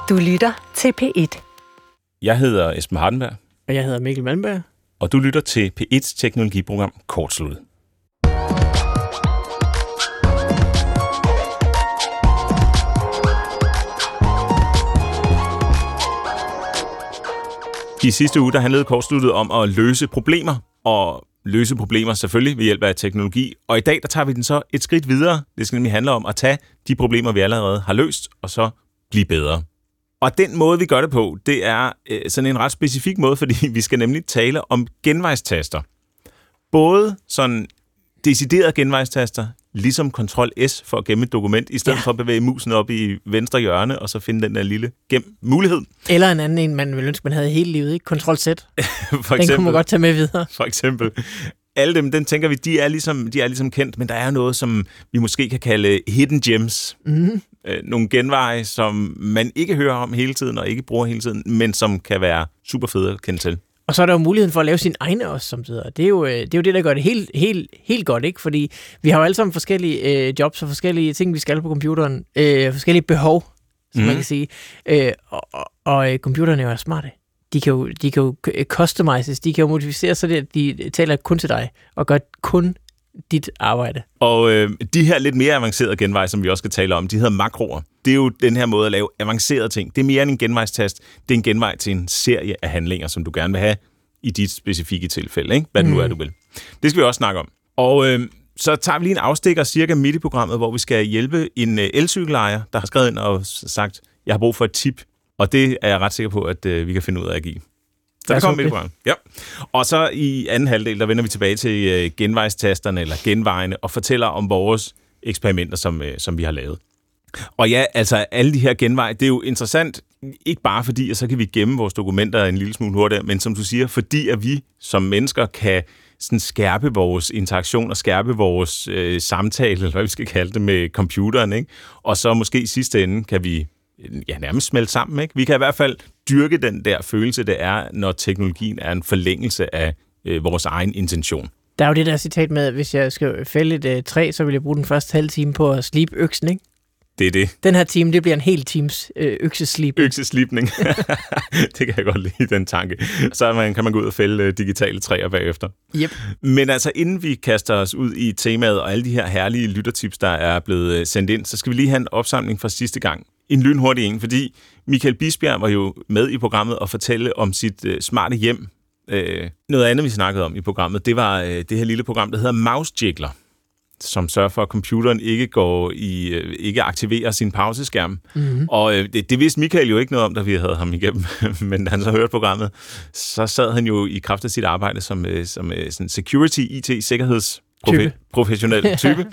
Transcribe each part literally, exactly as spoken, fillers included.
Du lytter til P et. Jeg hedder Esben Hardenberg. Og jeg hedder Mikkel Malmberg. Og du lytter til P et's teknologiprogram Kortsluttet. I sidste uge der handlede Kortsluttet om at løse problemer, og løse problemer selvfølgelig ved hjælp af teknologi. Og i dag der tager vi den så et skridt videre. Det skal nemlig handle om at tage de problemer, vi allerede har løst, og så blive bedre. Og den måde, vi gør det på, det er øh, sådan en ret specifik måde, fordi vi skal nemlig tale om genvejstaster. Både sådan deciderede genvejstaster, ligesom kontrol S for at gemme et dokument, i stedet ja. for at bevæge musen op i venstre hjørne, og så finde den der lille gem-mulighed. Eller en anden en, man ville ønske, man havde hele livet, ikke? Kontrol Z. For eksempel, den kunne man godt tage med videre. For eksempel. Alle dem, den tænker vi, de er, ligesom, de er ligesom kendt, men der er noget, som vi måske kan kalde hidden gems. Mm-hmm. Nogle genveje, som man ikke hører om hele tiden, og ikke bruger hele tiden, men som kan være super fede at kende til. Og så er der jo muligheden for at lave sin egne også, som sidder. Det er jo det, er jo det der gør det helt, helt, helt godt, ikke? Fordi vi har jo alle sammen forskellige øh, jobs og forskellige ting, vi skal på computeren. Øh, forskellige behov, som mm. man kan sige. Øh, og, og, og computerne er jo smarte. De kan jo, de kan jo customizes, de kan jo modificere, så det, at de taler kun til dig, og gør kun dit arbejde. Og øh, de her lidt mere avancerede genveje, som vi også skal tale om, de hedder makroer. Det er jo den her måde at lave avancerede ting. Det er mere end en genvejstast. Det er en genvej til en serie af handlinger, som du gerne vil have i dit specifikke tilfælde, ikke? Hvad det nu er, du vil. Det skal vi også snakke om. Og øh, så tager vi lige en afstikker cirka midt i programmet, hvor vi skal hjælpe en øh, elcykelejer, der har skrevet ind og sagt, jeg har brug for et tip. Og det er jeg ret sikker på, at øh, vi kan finde ud af at give. Så det kommer midt i programmet. Ja. Og så i anden halvdel, der vender vi tilbage til øh, genvejstasterne eller genvejene og fortæller om vores eksperimenter, som, øh, som vi har lavet. Og ja, altså alle de her genveje, det er jo interessant, ikke bare fordi, at så kan vi gemme vores dokumenter en lille smule hurtigere, men som du siger, fordi at vi som mennesker kan sådan skærpe vores interaktion og skærpe vores øh, samtale, eller hvad vi skal kalde det, med computeren, ikke? Og så måske i sidste ende kan vi ja, nærmest smelte sammen, ikke? Vi kan i hvert fald dyrke den der følelse, det er, når teknologien er en forlængelse af øh, vores egen intention. Der er jo det der citat med, at hvis jeg skal fælde et øh, træ, så vil jeg bruge den første halve time på at slibe øksen, ikke? Det er det. Den her time, det bliver en hel times øh, økseslipning. Økseslipning. Det kan jeg godt lide, den tanke. Så man, kan man gå ud og fælde øh, digitale træer bagefter. Yep. Men altså, inden vi kaster os ud i temaet og alle de her herlige lyttertips, der er blevet øh, sendt ind, så skal vi lige have en opsamling fra sidste gang. En lynhurtig en, fordi Michael Bisbjerg var jo med i programmet og fortælle om sit øh, smarte hjem. Øh, noget andet, vi snakkede om i programmet, det var øh, det her lille program, der hedder Mouse Jiggler, som sørger for, at computeren ikke går i, øh, ikke aktiverer sin pauseskærm. Mm-hmm. Og øh, det, det vidste Michael jo ikke noget om, da vi havde ham igennem, men da han så hørte programmet, så sad han jo i kraft af sit arbejde som, øh, som øh, sådan security, I T-sikkerhedsprofessionel type.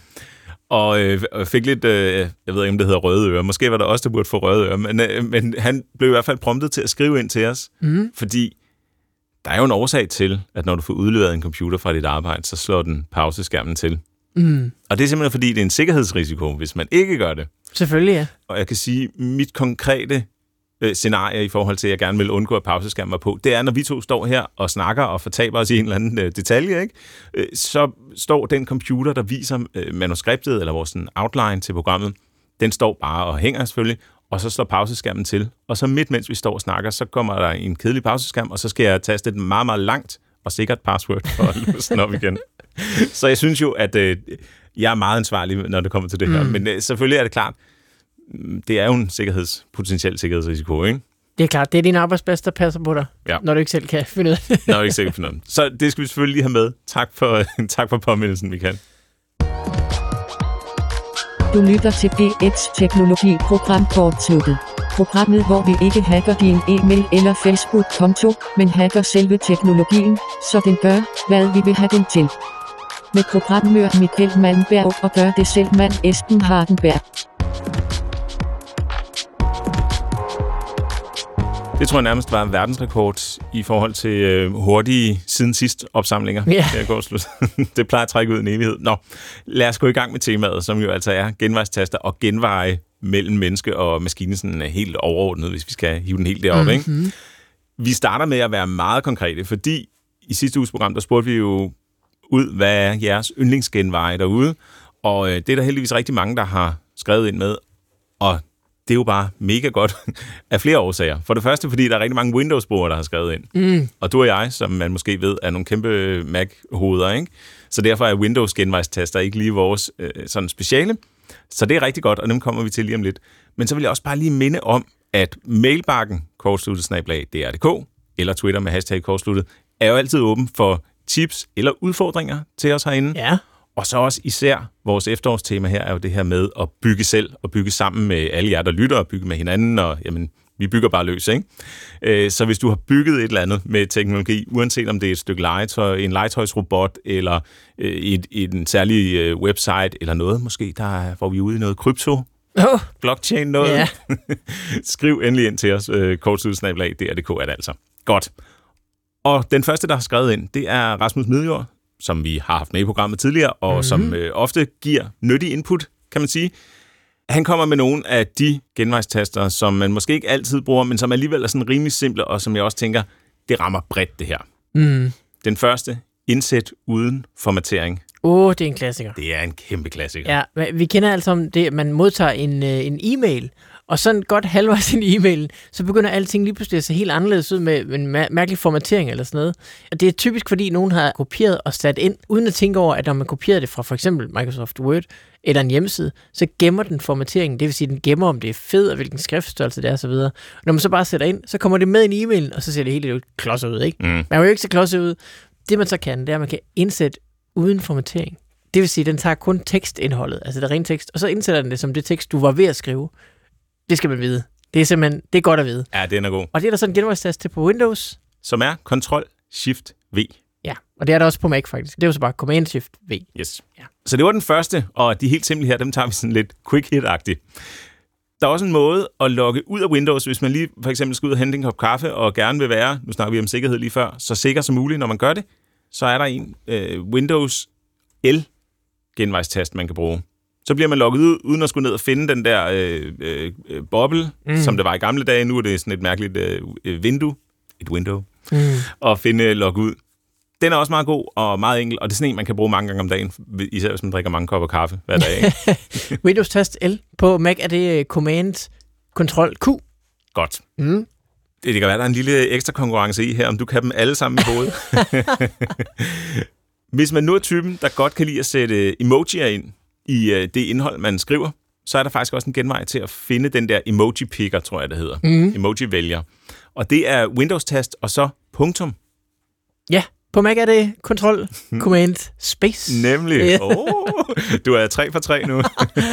Og øh, fik lidt, øh, jeg ved ikke, om det hedder røde ører. Måske var der også, der burde få røde ører. Men, øh, men han blev i hvert fald promptet til at skrive ind til os. Mm. Fordi der er jo en årsag til, at når du får udleveret en computer fra dit arbejde, så slår den pauseskærmen til. Mm. Og det er simpelthen fordi, det er en sikkerhedsrisiko, hvis man ikke gør det. Selvfølgelig, ja. Og jeg kan sige, mit konkrete øh, scenarie i forhold til, at jeg gerne vil undgå, at pauseskærmen var på, det er, når vi to står her og snakker og fortaber os i en eller anden øh, detalje, ikke? Øh, så står den computer, der viser øh, manuskriptet eller vores sådan, outline til programmet, den står bare og hænger selvfølgelig, og så slår pauseskærmen til. Og så midt mens vi står og snakker, så kommer der en kedelig pauseskærm, og så skal jeg taste et meget, meget langt og sikkert password for at løse den op igen. Så jeg synes jo, at øh, jeg er meget ansvarlig, når det kommer til det her. Mm. Men øh, selvfølgelig er det klart, det er jo en sikkerheds, potentiel sikkerhedsrisiko, ikke? Det er klart, det er din arbejdsplads, der passer på dig, ja. Når du ikke selv kan finde ud af det. Når du ikke selv kan finde ud af det. Så det skal vi selvfølgelig lige have med. Tak for, tak for påmindelsen, Michael. Du lytter til P et's teknologiprogram Kortsluttet. Programmet, hvor vi ikke hacker din e-mail eller Facebook-konto, men hacker selve teknologien, så den gør, hvad vi vil have den til. Med programmør Michael Malmberg og gør det selv mand Esben Hardenberg. Det tror jeg nærmest var verdensrekord i forhold til øh, hurtige siden sidst opsamlinger. Yeah. Det plejer at trække ud en evighed. Nå, lad os gå i gang med temaet, som jo altså er genvejstaster og genveje mellem menneske og maskine, sådan helt overordnet, hvis vi skal hive den helt deroppe. Mm-hmm. Ikke? Vi starter med at være meget konkrete, fordi i sidste uges program, der spurgte vi jo ud, hvad er jeres yndlingsgenveje derude, og øh, det er der heldigvis rigtig mange, der har skrevet ind med, og det er jo bare mega godt af flere årsager. For det første, fordi der er rigtig mange Windows-brugere, der har skrevet ind. Mm. Og du og jeg, som man måske ved, er nogle kæmpe Mac-hoveder, ikke? Så derfor er Windows-genvejstaster ikke lige vores øh, sådan speciale. Så det er rigtig godt, og dem kommer vi til lige om lidt. Men så vil jeg også bare lige minde om, at mailbakken kortsluttet snabel-a d r punktum d k eller Twitter med hashtag kortsluttet er jo altid åben for tips eller udfordringer til os herinde. Ja. Og så også især vores efterårstema her er jo det her med at bygge selv og bygge sammen med alle jer, der lytter og bygge med hinanden. Og jamen, vi bygger bare løs, ikke? Så hvis du har bygget et eller andet med teknologi, uanset om det er et stykke legetøj, en legetøjsrobot eller et, et, en særlig website eller noget, måske der, hvor vi er ude i noget krypto, oh. blockchain noget, yeah. Skriv endelig ind til os. kortsluttet snabel-a d r punktum d k er det altså. Godt. Og den første, der har skrevet ind, det er Rasmus Midjord, som vi har haft med i programmet tidligere, og mm-hmm. som øh, ofte giver nyttig input, kan man sige. Han kommer med nogle af de genvejstaster, som man måske ikke altid bruger, men som alligevel er sådan rimelig simple, og som jeg også tænker, det rammer bredt det her. Mm. Den første, indsæt uden formatering. Åh, oh, det er en klassiker. Det er en kæmpe klassiker. Ja, vi kender altså om det, at man modtager en, en e-mail, og sådan godt halvvejs ind i e-mailen, så begynder alting lige pludselig at se helt anderledes ud med en mærkelig formatering eller sådan noget. Og det er typisk, fordi nogen har kopieret og sat ind, uden at tænke over, at når man kopierer det fra for eksempel Microsoft Word eller en hjemmeside, så gemmer den formateringen. Det vil sige, at den gemmer, om det er fed og hvilken skriftstørrelse det er osv. Når man så bare sætter ind, så kommer det med ind i e-mailen, og så ser det helt klodset ud, ikke? Mm. Man kan jo ikke se klodset ud. Det man så kan, det er, at man kan indsætte uden formatering. Det vil sige, at den tager kun tekstindholdet, altså det rene tekst, og så indsætter den det som det tekst, du var ved at skrive. Det skal man vide. Det er simpelthen, det er godt at vide. Ja, den er god. Og det er der sådan en genvejstast til på Windows. Som er Ctrl-Shift-V. Ja, og det er der også på Mac faktisk. Det er jo så bare Command-Shift-V. Yes. Ja. Så det var den første, og de helt simple her, dem tager vi sådan lidt quick hit-agtigt. Der er også en måde at logge ud af Windows, hvis man lige for eksempel skal ud og hente en kop kaffe, og gerne vil være, nu snakker vi om sikkerhed lige før, så sikker som muligt, når man gør det, så er der en øh, Windows L-genvejstast, man kan bruge. Så bliver man logget ud, uden at skulle ned og finde den der øh, øh, boble, mm. som det var i gamle dage. Nu er det sådan et mærkeligt øh, vindue, et window, mm. at finde log ud. Den er også meget god og meget enkel, og det er sådan en, man kan bruge mange gange om dagen, især hvis man drikker mange kopper kaffe hver dag. Windows-tast L på Mac er det Command Control Q. Godt. Mm. Det, det kan være, der er en lille ekstra konkurrence i her, om du kan dem alle sammen i hovedet. Hvis man nu er typen, der godt kan lide at sætte emojier ind i øh, det indhold, man skriver, så er der faktisk også en genvej til at finde den der emoji-picker, tror jeg, det hedder. Mm. Emoji-vælger. Og det er Windows-tast, og så punktum. Ja, på Mac er det Control, Command, Space. Nemlig. Yeah. Oh, du er tre for tre nu.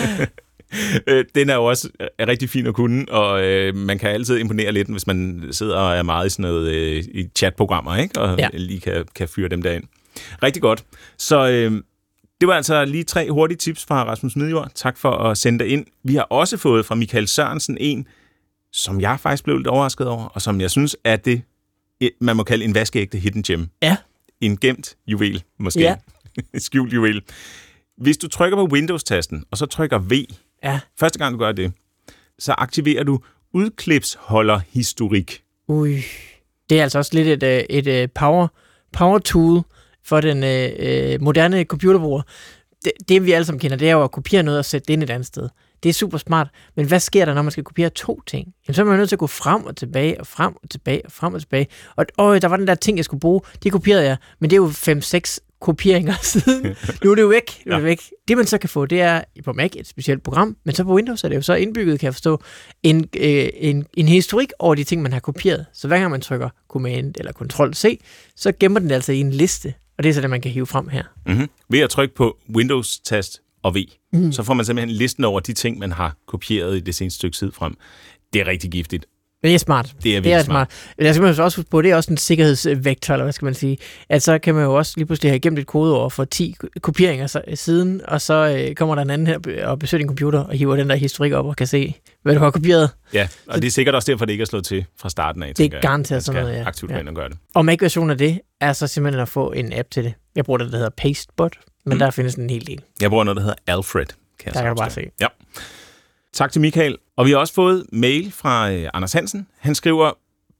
Den er jo også er rigtig fin at kunne, og øh, man kan altid imponere lidt, hvis man sidder og er meget i sådan noget øh, i chatprogrammer, ikke? Og ja. lige kan, kan fyre dem derind. Rigtig godt. Så øh, det var altså lige tre hurtige tips fra Rasmus Midjord. Tak for at sende det ind. Vi har også fået fra Michael Sørensen en, som jeg faktisk blev lidt overrasket over, og som jeg synes er det, man må kalde en vaskeægte hidden gem. Ja. En gemt juvel, måske. Ja. Skjult juvel. Hvis du trykker på Windows-tasten, og så trykker V, ja. første gang du gør det, så aktiverer du udklipsholderhistorik. Ui, det er altså også lidt et, et, et power, power tool for den øh, moderne computerbruger. Det, det vi alle sammen kender, det er jo at kopiere noget og sætte det ind et andet sted. Det er super smart, men hvad sker der, når man skal kopiere to ting? Jamen, så er man nødt til at gå frem og tilbage, og frem og tilbage, og frem og tilbage. Og åh, der var den der ting, jeg skulle bruge, de kopierede jeg, men det er jo fem seks kopieringer siden. Nu er det jo væk. Nu er det, væk. Det man så kan få, det er på Mac et specielt program, men så på Windows er det jo så indbygget, kan jeg forstå, en, øh, en, en historik over de ting, man har kopieret. Så hver gang man trykker Command eller Control C, så gemmer den altså i en liste, og det er så det, man kan hive frem her. Mm-hmm. Ved at trykke på Windows-tast og V, mm. så får man simpelthen listen over de ting, man har kopieret i det seneste stykke tid frem. Det er rigtig giftigt. Det er smart. Det er, det er smart. smart. Men der skal man jo også huske på, det er også en sikkerhedsvektor, eller hvad skal man sige, at så kan man jo også lige pludselig have gemt et kodeord for ti kopieringer siden, og så øh, kommer der en anden her og besøger din computer og hiver den der historik op og kan se, hvad du har kopieret. Ja, og så det er sikkert også derfor, det ikke er slået til fra starten af. Det er garanteret sådan noget, ja. Aktivt ja. Gøre det. Og Mac-versionen af det er så simpelthen at få en app til det. Jeg bruger det, der hedder Pastebot, men mm. der findes en hel del. Jeg bruger noget, der hedder Alfred. Kan der kan du bare se. Ja. Tak til Michael. Og vi har også fået mail fra øh, Anders Hansen. Han skriver,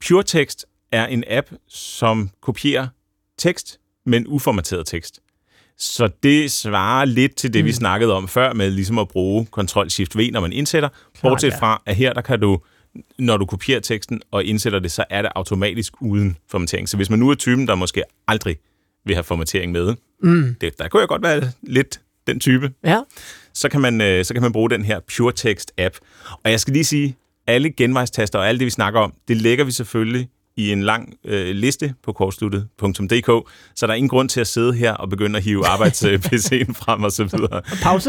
PureText er en app, som kopierer tekst, men uformateret tekst. Så det svarer lidt til det, mm. vi snakkede om før, med ligesom at bruge Ctrl-Shift-V, når man indsætter. Klar, bortset ja. fra, at her, der kan du, når du kopierer teksten og indsætter det, så er det automatisk uden formatering. Så hvis man nu er typen, der måske aldrig vil have formatering med, mm. det, der kunne jeg godt være lidt den type, ja. så, kan man, så kan man bruge den her PureText-app. Og jeg skal lige sige, alle genvejstaster og alt det, vi snakker om, det lægger vi selvfølgelig i en lang øh, liste på kortsluttet punktum d k, så der er ingen grund til at sidde her og begynde at hive arbejds-P C'en frem og så videre. Pause.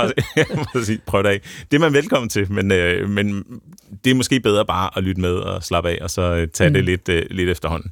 Bare, prøv det af. Det er man velkommen til, men, øh, men det er måske bedre bare at lytte med og slappe af, og så øh, tage mm. det lidt, øh, lidt efterhånden.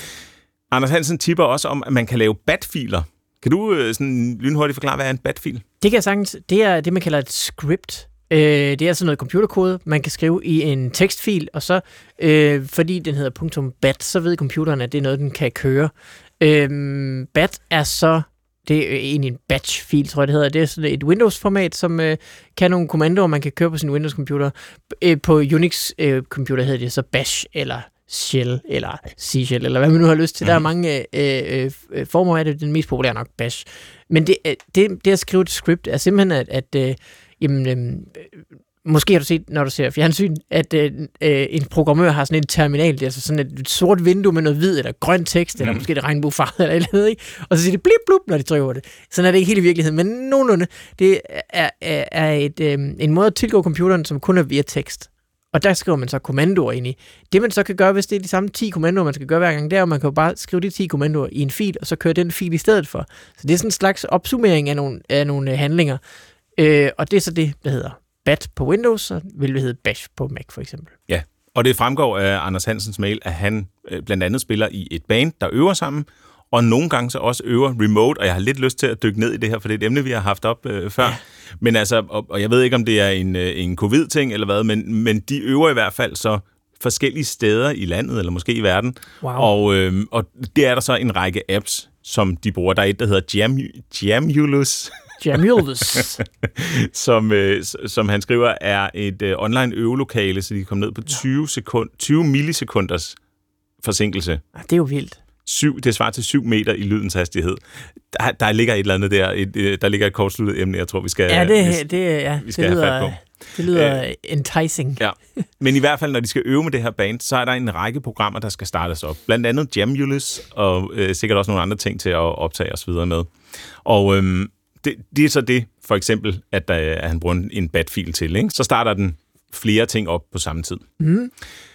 Anders Hansen tipper også om, at man kan lave bat-filer. Kan du øh, sådan lynhurtigt forklare, hvad er en bat-fil? Det kan jeg sagtens. Det er det, man kalder et script. Det er altså noget computerkode, man kan skrive i en tekstfil, og så, øh, fordi den hedder .bat, så ved computeren, at det er noget, den kan køre. Øh, bat er så, det er egentlig en batch-fil, tror jeg, det hedder. Det er sådan et Windows-format, som øh, kan nogle kommandoer, man kan køre på sin Windows-computer. Øh, på Unix-computer hedder det så bash, eller shell, eller C-shell, eller hvad man nu har lyst til. Mm. Der er mange øh, øh, former af det, den mest populære nok bash. Men det, det, det at skrive et script er simpelthen, at, at øh, Jamen, øh, måske har du set, når du ser fjernsyn, at øh, en programmør har sådan en terminal, det er altså sådan et sort vindue med noget hvid eller grøn tekst, mm. eller måske det regnbuefarvet eller et eller andet, ikke? Og så siger det blip, blup, når de trykker på det. Sådan er det ikke helt i virkeligheden, men nogenlunde. Det er, er, er et, øh, en måde at tilgå computeren, som kun er via tekst. Og der skriver man så kommandoer ind i. Det man så kan gøre, hvis det er de samme ti kommandoer, man skal gøre hver gang, det er, at man kan jo bare skrive de ti kommandoer i en fil, og så køre den fil i stedet for. Så det er sådan en slags opsummering af nogle, af nogle handlinger. Øh, og det er så det, der hedder bat på Windows, så vil det hedde bash på Mac for eksempel. Ja, og det fremgår af Anders Hansens mail, at han øh, blandt andet spiller i et band, der øver sammen, og nogle gange så også øver remote, og jeg har lidt lyst til at dykke ned i det her, for det er et emne, vi har haft op øh, før. Ja. Men altså, og, og jeg ved ikke, om det er en, øh, en covid-ting eller hvad, men, men de øver i hvert fald så forskellige steder i landet, eller måske i verden. Wow. Og, øh, og det er der så en række apps, som de bruger. Der er et, der hedder Jam, Jamulus. Jamulus. som, øh, som han skriver, er et øh, online øvelokale, så de kan komme ned på tyve, sekund, tyve millisekunders forsinkelse. Det er jo vildt. Syv, det svarer til syv meter i lydens hastighed. Der, der ligger et eller andet der. Et, der ligger et kortsluttet emne, jeg tror, vi skal, ja, det, vi, det, ja, vi skal det lyder, have fat på. Det lyder uh, enticing. Ja. Men i hvert fald, når de skal øve med det her band, så er der en række programmer, der skal startes op. Blandt andet Jamulus, og øh, sikkert også nogle andre ting til at optage os videre med. Og øhm, det, det er så det, for eksempel, at, der, at han bruger en bat-fil til. Ikke? Så starter den flere ting op på samme tid. Mm.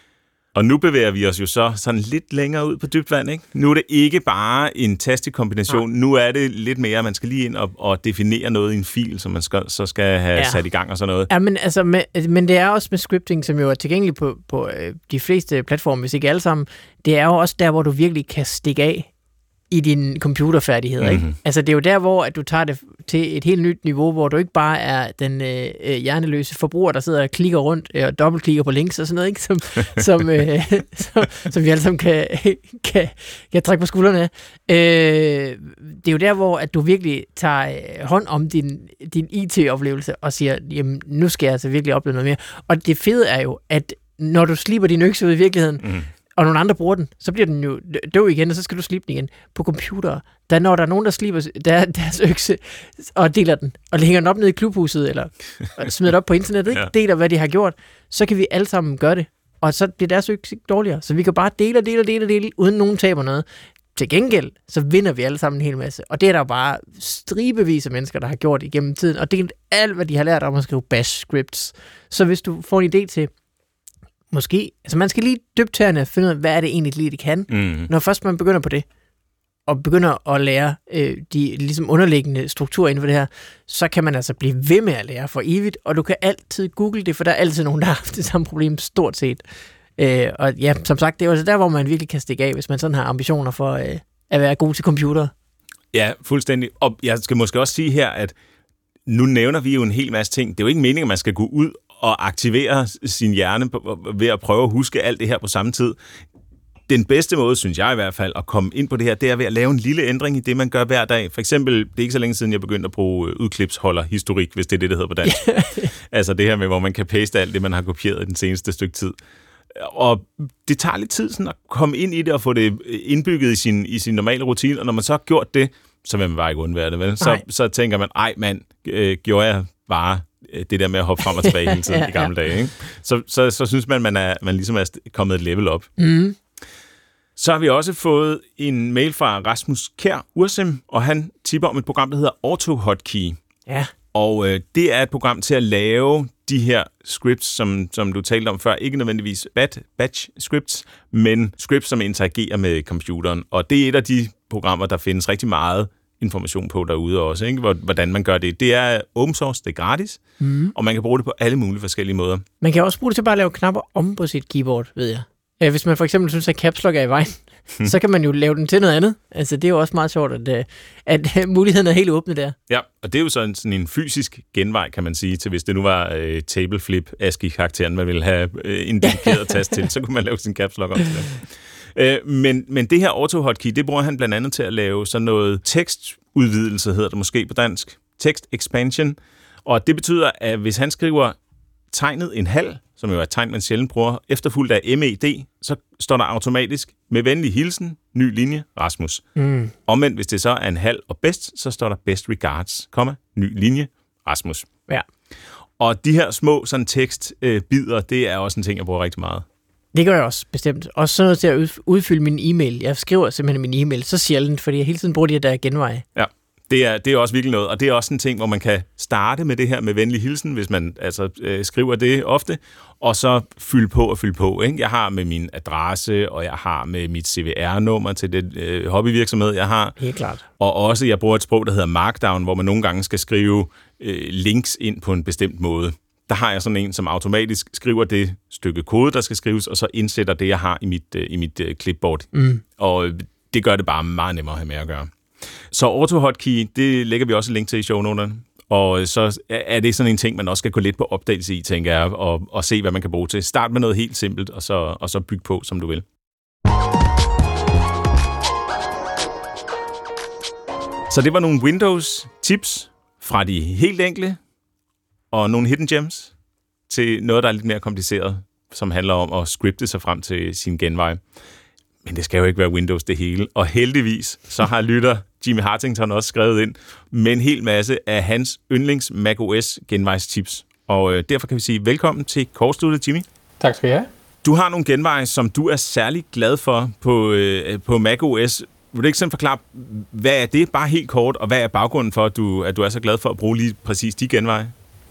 Og nu bevæger vi os jo så sådan lidt længere ud på dybt vand, ikke? Nu er det ikke bare en tastekombination. Ja. Nu er det lidt mere, man skal lige ind og, og definere noget i en fil, som man skal, så skal have ja. sat i gang og sådan noget. Ja, men, altså, med, men det er også med scripting, som jo er tilgængelig på, på øh, de fleste platforme, hvis ikke alle sammen. Det er jo også der, hvor du virkelig kan stikke af i dine computerfærdigheder, mm-hmm. ikke? Altså, det er jo der, hvor at du tager det til et helt nyt niveau, hvor du ikke bare er den øh, hjerneløse forbruger, der sidder og klikker rundt øh, og dobbeltklikker på links og sådan noget, ikke? Som, som, øh, som, som vi alle sammen kan, kan, kan trække på skuldrene af. Øh, det er jo der, hvor at du virkelig tager hånd om din, din I T-oplevelse og siger, jamen, nu skal jeg altså virkelig opleve noget mere. Og det fede er jo, at når du slipper din økse ud i virkeligheden, mm. og nogle andre bruger den, så bliver den jo død igen, og så skal du slippe den igen. På computer, der når der er nogen, der slipper der, deres økse, og deler den, og hænger den op ned i klubhuset, eller smider det op på internettet, ikke? Ja. Deler, hvad de har gjort, så kan vi alle sammen gøre det. Og så bliver deres økse dårligere. Så vi kan bare dele og dele og dele, dele, uden nogen taber noget. Til gengæld, så vinder vi alle sammen en hel masse. Og det er der bare stribevis af mennesker, der har gjort igennem tiden, og det er alt, hvad de har lært om at skrive bash scripts. Så hvis du får en idé til, måske, altså man skal lige dybt tæerne og finde ud af, hvad er det egentlig lige, de kan. Mm. Når først man begynder på det, og begynder at lære øh, de ligesom underliggende strukturer inden for det her, så kan man altså blive ved med at lære for evigt, og du kan altid google det, for der er altid nogen, der har haft det samme problem, stort set. Øh, og ja, som sagt, det er også der, hvor man virkelig kan stikke af, hvis man sådan har ambitioner for øh, at være god til computer. Ja, fuldstændig. Og jeg skal måske også sige her, at nu nævner vi jo en hel masse ting. Det er jo ikke meningen, at man skal gå ud og aktivere sin hjerne ved at prøve at huske alt det her på samme tid. Den bedste måde, synes jeg i hvert fald, at komme ind på det her, det er ved at lave en lille ændring i det, man gør hver dag. For eksempel, det er ikke så længe siden, jeg begyndte at bruge udklipsholder-historik, hvis det er det, der hedder på dansk. Altså det her med, hvor man kan paste alt det, man har kopieret i den seneste stykke tid. Og det tager lidt tid sådan at komme ind i det og få det indbygget i sin, i sin normale rutine, og når man så har gjort det, så vil man bare ikke undvære det, vel? Så, så tænker man, ej mand, øh, gjorde jeg bare det der med at hoppe frem og tilbage hele tiden ja, i gamle ja. dage, ikke? Så, så, så synes man, man, er, man ligesom er kommet et level op. Mm. Så har vi også fået en mail fra Rasmus Kjær Ursim, og han tipper om et program, der hedder AutoHotkey. Ja. Og øh, det er et program til at lave de her scripts, som, som du talte om før. Ikke nødvendigvis batch scripts, men scripts, som interagerer med computeren. Og det er et af de programmer, der findes rigtig meget information på derude også, ikke? Hvordan man gør det. Det er open source, det er gratis, mm. og man kan bruge det på alle mulige forskellige måder. Man kan også bruge det til bare at lave knapper om på sit keyboard, ved jeg. Hvis man for eksempel synes, at caps lock er i vejen, så kan man jo lave den til noget andet. Altså, det er jo også meget sjovt, at, at muligheden er helt åbne der. Ja, og det er jo sådan, sådan en fysisk genvej, kan man sige, til hvis det nu var øh, tableflip ASCII-karakteren, man ville have øh, en dedikeret tast til, så kunne man lave sin caps lock om til det. Øh, men, men det her AutoHotkey, det bruger han blandt andet til at lave sådan noget tekstudvidelse, hedder det måske på dansk. Text expansion. Og det betyder, at hvis han skriver tegnet en halv, som jo er et tegn, man sjældent bruger, efterfulgt af M E D, så står der automatisk med venlig hilsen, ny linje, Rasmus. Mm. Omvendt, hvis det så er en halv og bedst, så står der best regards, komma, ny linje, Rasmus. Ja. Og de her små sådan tekstbider, øh, det er også en ting, jeg bruger rigtig meget. Det gør jeg også, bestemt. Også sådan noget til at udfylde min e-mail. Jeg skriver simpelthen min e-mail så sjældent, fordi jeg hele tiden bruger de her der genveje. Ja. Det er, det er også virkelig noget, og det er også en ting, hvor man kan starte med det her med venlig hilsen, hvis man altså øh, skriver det ofte, og så fylde på og fylde på. Ikke? Jeg har med min adresse, og jeg har med mit C V R-nummer til den øh, hobbyvirksomhed, jeg har. Helt klart. Og også, jeg bruger et sprog, der hedder Markdown, hvor man nogle gange skal skrive øh, links ind på en bestemt måde. Der har jeg sådan en, som automatisk skriver det stykke kode, der skal skrives, og så indsætter det, jeg har i mit, øh, i mit øh, clipboard. Mm. Og det gør det bare meget nemmere at have med at gøre. Så AutoHotkey, det lægger vi også et link til i shownoterne. Og så er det sådan en ting, man også skal gå lidt på opdagelse i, tænker jeg, og, og se, hvad man kan bruge til. Start med noget helt simpelt, og så, og så bygge på, som du vil. Så det var nogle Windows-tips fra de helt enkle, og nogle hidden gems, til noget, der er lidt mere kompliceret, som handler om at scripte sig frem til sin genvej. Men det skal jo ikke være Windows det hele. Og heldigvis, så har lytter Jimmy Hartington også skrevet ind med en hel masse af hans yndlings macOS genvejstips. Og øh, derfor kan vi sige velkommen til Kortsluttet, Jimmy. Tak skal I have. Du har nogle genveje, som du er særlig glad for på, øh, på macOS. Vil du ikke sådan forklare, hvad er det bare helt kort, og hvad er baggrunden for, at du, at du er så glad for at bruge lige præcis de genveje?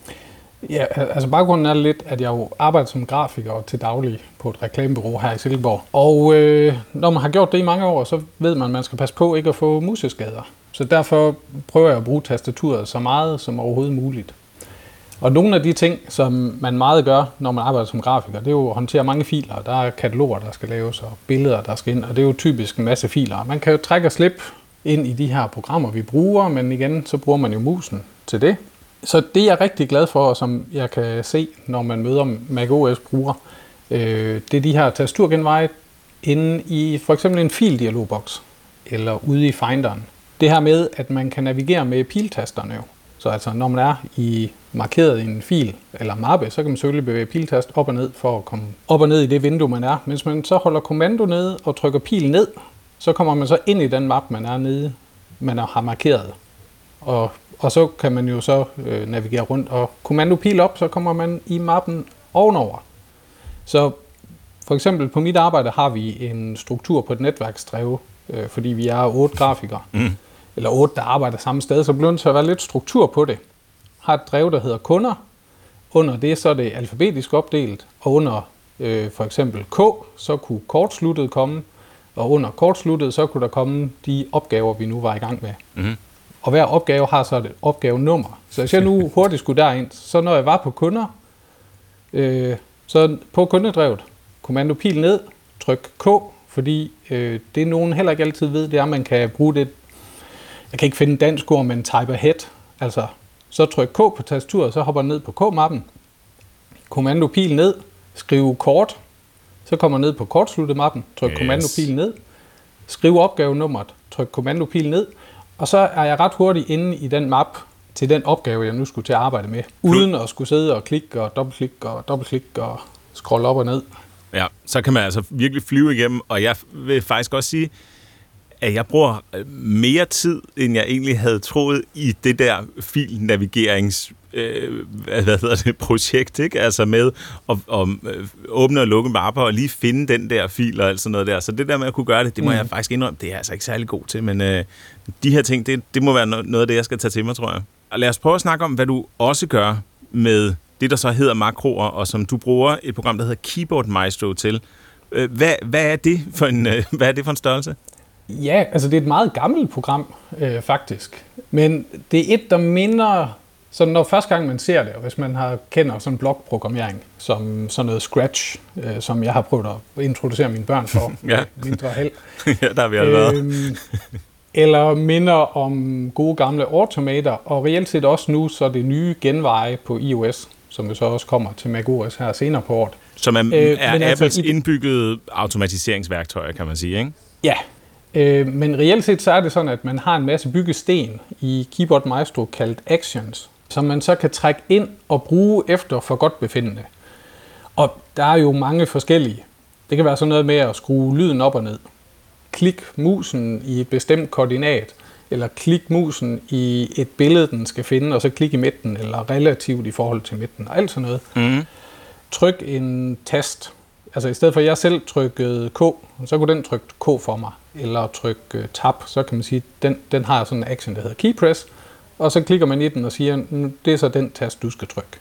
Ja, altså baggrunden er lidt, at jeg jo arbejder som grafiker til daglig på et reklamebureau her i Silkeborg. Og øh, når man har gjort det i mange år, så ved man, at man skal passe på ikke at få museskader. Så derfor prøver jeg at bruge tastaturet så meget som overhovedet muligt. Og nogle af de ting, som man meget gør, når man arbejder som grafiker, det er jo at håndtere mange filer. Der er kataloger, der skal laves, og billeder, der skal ind, og det er jo typisk en masse filer. Man kan jo trække og slippe ind i de her programmer, vi bruger, men igen, så bruger man jo musen til det. Så det er jeg rigtig glad for, og som jeg kan se, når man møder macOS-brugere, øh, det er de her tastaturgenveje inde i for eksempel en fildialogboks, eller ude i Finderen. Det her med, at man kan navigere med piltasterne jo. Så altså, når man er i markeret i en fil eller mappe, så kan man selvfølgelig bevæge piltast op og ned for at komme op og ned i det vindue, man er. Mens man så holder kommando ned og trykker pil ned, så kommer man så ind i den mappe, man er nede, man har markeret. Og, og så kan man jo så øh, navigere rundt, og kommando pil op, så kommer man i mappen ovenover. Så for eksempel på mit arbejde har vi en struktur på et netværksdrev, øh, fordi vi er otte grafikere. Mm. eller otte, der arbejder samme sted, så bliver det til at være lidt struktur på det. Har et drev, der hedder kunder. Under det, så er det alfabetisk opdelt, og under øh, for eksempel K, så kunne kortsluttet komme, og under kortsluttet, så kunne der komme de opgaver, vi nu var i gang med. Mm-hmm. Og hver opgave har så et opgavenummer. Så hvis jeg nu hurtigt skulle derind, så når jeg var på kunder, øh, så på kundedrevet, kommando pil ned, tryk K, fordi øh, det nogen heller ikke altid ved, det er, at man kan bruge det. Jeg kan ikke finde en dansk ord, men type ahead. Altså, så tryk K på tastaturet, så hopper ned på K-mappen. Kommando pil ned, skriv kort, så kommer ned på kortsluttet mappen, tryk yes. kommando pil ned, skriv opgavenummeret, tryk kommando pil ned, og så er jeg ret hurtigt inde i den map til den opgave, jeg nu skulle til at arbejde med, uden at skulle sidde og klikke og dobbeltklikke og dobbeltklikke og scrolle op og ned. Ja, så kan man altså virkelig flyve igennem, og jeg vil faktisk også sige, at jeg bruger mere tid, end jeg egentlig havde troet i det der filnavigerings øh, hvad hedder det, projekt, ikke? Altså med at, at åbne og lukke mapper og lige finde den der fil og alt sådan noget der. Så det der med at kunne gøre det, det må mm. jeg faktisk indrømme, det er jeg altså ikke særlig god til, men øh, de her ting, det, det må være noget af det, jeg skal tage til mig, tror jeg. Og lad os prøve at snakke om, hvad du også gør med det, der så hedder makroer, og som du bruger et program, der hedder Keyboard Maestro til. Hvad, hvad, er det for en, hvad er det for en størrelse? Ja, altså det er et meget gammelt program, øh, faktisk. Men det er et, der minder, så når første gang man ser det, og hvis man har kender sådan blokprogrammering, som sådan noget Scratch, øh, som jeg har prøvet at introducere mine børn for, ja. mindre held. Ja, der har vi alle været. Øhm, eller minder om gode gamle Automator, og reelt set også nu, så det nye genveje på iOS, som jo så også kommer til macOS her senere på året. Som er, øh, er Apples altså, indbyggede automatiseringsværktøjer, kan man sige, ikke? Ja, øh, men reelt set så er det sådan, at man har en masse byggesten i Keyboard Maestro kaldt Actions, som man så kan trække ind og bruge efter for godt befindende. Og der er jo mange forskellige. Det kan være sådan noget med at skrue lyden op og ned. Klik musen i et bestemt koordinat, eller klik musen i et billede, den skal finde, og så klik i midten, eller relativt i forhold til midten, og alt sådan noget. Mm. Tryk en tast. Altså i stedet for at jeg selv trykkede K, så kunne den trykke K for mig, eller trykke uh, Tab, så kan man sige, den, den har sådan en action, der hedder keypress, og så klikker man i den og siger, det er så den tast, du skal trykke.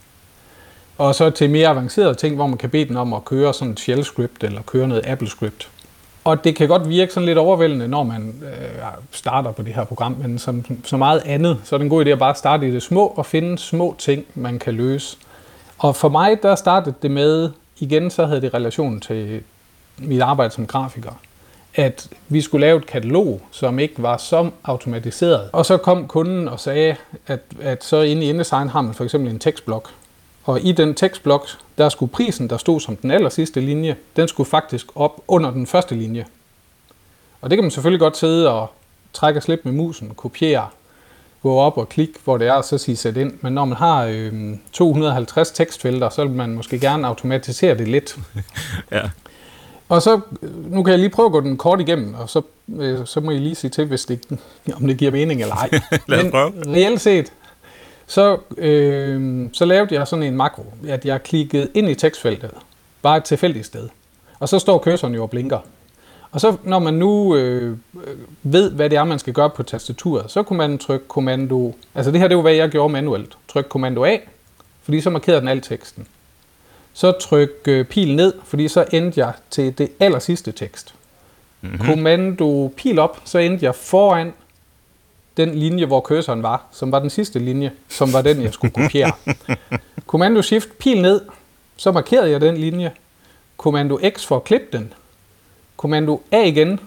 Og så til mere avancerede ting, hvor man kan bede den om at køre sådan et shell script, eller køre noget Apple script. Og det kan godt virke sådan lidt overvældende, når man øh, starter på det her program, men som så meget andet, så er det en god idé at bare starte i det små og finde små ting, man kan løse. Og for mig, der startede det med, igen så havde det relation til mit arbejde som grafiker, at vi skulle lave et katalog, som ikke var så automatiseret. Og så kom kunden og sagde, at, at så inde i InDesign har man for eksempel en tekstblok. Og i den tekstblok, der skulle prisen, der stod som den aller sidste linje, den skulle faktisk op under den første linje. Og det kan man selvfølgelig godt sidde og trække og slippe med musen, kopiere, gå op og klikke, hvor det er, og så sige sæt ind. Men når man har øh, to hundrede og halvtreds tekstfelter, så vil man måske gerne automatisere det lidt. Ja. Og så, nu kan jeg lige prøve at gå den kort igennem, og så, øh, så må I lige sige til, hvis det, om det giver mening eller ej. Lad os prøve. Men reelt set, så, øh, så lavede jeg sådan en makro, at jeg klikkede ind i tekstfeltet, bare et tilfældigt sted. Og så står cursoren jo og blinker. Og så når man nu øh, ved, hvad det er, man skal gøre på tastaturet, så kunne man trykke kommando, altså det her det var, hvad jeg gjorde manuelt. Tryk kommando A, fordi så markerede den al teksten. Så tryk øh, pil ned, fordi så endte jeg til det aller sidste tekst. Mm-hmm. Kommando pil op, så endte jeg foran den linje, hvor cursoren var, som var den sidste linje, som var den, jeg skulle kopiere. Kommando shift pil ned, så markerede jeg den linje. Kommando X for at klippe den. Kommando A igen,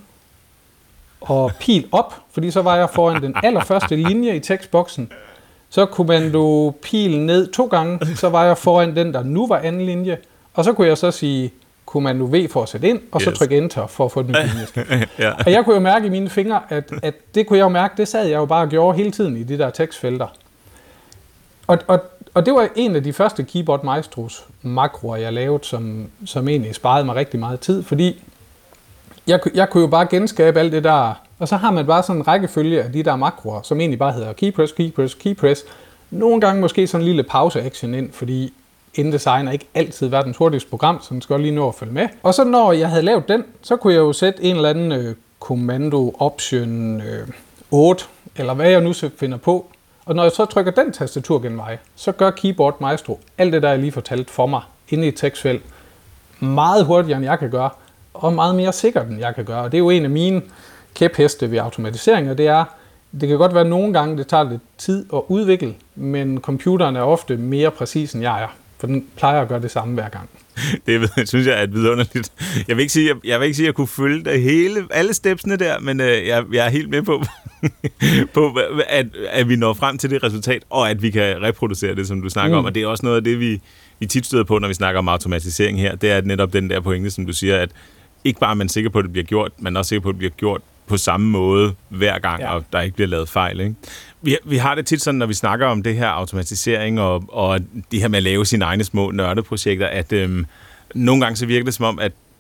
og pil op, fordi så var jeg foran den allerførste linje i tekstboksen. Så kommando pil ned to gange, så var jeg foran den, der nu var anden linje. Og så kunne jeg så sige kommando V for at sætte ind, og så yes. trykke enter for at få den linje. Ja. Og jeg kunne jo mærke i mine fingre, at, at det kunne jeg jo mærke, det sad jeg jo bare og gjorde hele tiden i de der tekstfelter. Og, og, og det var en af de første Keyboard Maestros makroer, jeg lavede, som, som egentlig sparede mig rigtig meget tid, fordi jeg, jeg kunne jo bare genskabe alt det der, og så har man bare sådan en rækkefølge af de der makroer, som egentlig bare hedder keypress, keypress, keypress. Nogle gange måske sådan en lille pause-action ind, fordi InDesign er ikke altid verdens hurtigste program, så den skal lige nå at følge med. Og så når jeg havde lavet den, så kunne jeg jo sætte en eller anden øh, kommando option øh, otte, eller hvad jeg nu så finder på. Og når jeg så trykker den tastaturgenvej, så gør Keyboard Maestro alt det, der jeg lige fortalt for mig, inde i et tekstfelt, meget hurtigere, end jeg kan gøre, og meget mere sikkert, end jeg kan gøre. Og det er jo en af mine kæpheste ved automatisering, og det er, det kan godt være, at nogle gange det tager lidt tid at udvikle, men computeren er ofte mere præcis, end jeg er. For den plejer at gøre det samme hver gang. Det synes jeg er et vidunderligt. Jeg vil ikke sige, jeg, jeg vil ikke sige, at jeg kunne følge det hele, alle stepsene der, men øh, jeg, jeg er helt med på, på at, at vi når frem til det resultat, og at vi kan reproducere det, som du snakker mm. om. Og det er også noget af det, vi, vi tit støder på, når vi snakker om automatisering her. Det er netop den der pointe, som du siger, at ikke bare er man sikker på, at det bliver gjort, men også sikker på, at det bliver gjort på samme måde hver gang, ja. Og der ikke bliver lavet fejl, ikke? Vi, vi har det tit sådan, når vi snakker om det her automatisering og, og det her med at lave sine egne små nørdeprojekter, at øhm, nogle gange så virker det som om, at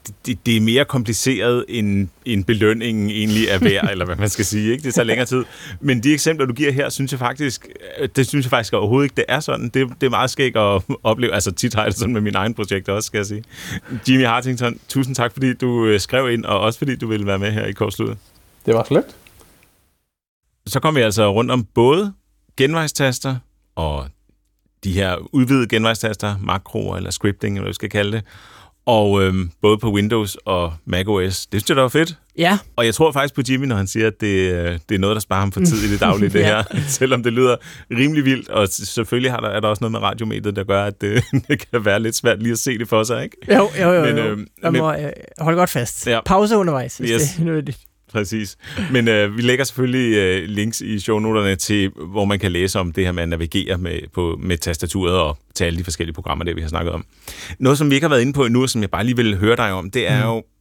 det, det er mere kompliceret end, end belønningen egentlig er værd, eller hvad man skal sige, ikke? Det tager længere tid. Men de eksempler, du giver her, synes jeg faktisk, det synes jeg faktisk overhovedet ikke, det er sådan. Det, det er meget skægt at opleve. Altså tit har jeg det sådan med mine egne projekter også, skal jeg sige. Jimmy Hartington, tusind tak, fordi du skrev ind, og også fordi du ville være med her i Kortsluttet. Det var slet. Så kom vi altså rundt om både genvejstaster og de her udvidede genvejstaster, makroer eller scripting, eller hvad vi skal kalde det, og øhm, både på Windows og macOS. Det synes jeg, der var fedt. Ja. Og jeg tror faktisk på Jimmy, når han siger, at det, det er noget, der sparer ham for tid i det daglige, det ja. her. Selvom det lyder rimelig vildt, og selvfølgelig har der, er der også noget med radiomediet, der gør, at det, det kan være lidt svært lige at se det for sig, ikke? Jo, jo, jo. Men, jo. Øh, Man må øh, holde godt fast. Ja. Pause undervejs, hvis yes. det er nødvendigt. Præcis. Men øh, vi lægger selvfølgelig øh, links i shownoterne til, hvor man kan læse om det her med at navigere med, på, med tastaturet og til alle de forskellige programmer, der vi har snakket om. Noget, som vi ikke har været inde på endnu, som jeg bare lige vil høre dig om, det er mm. jo,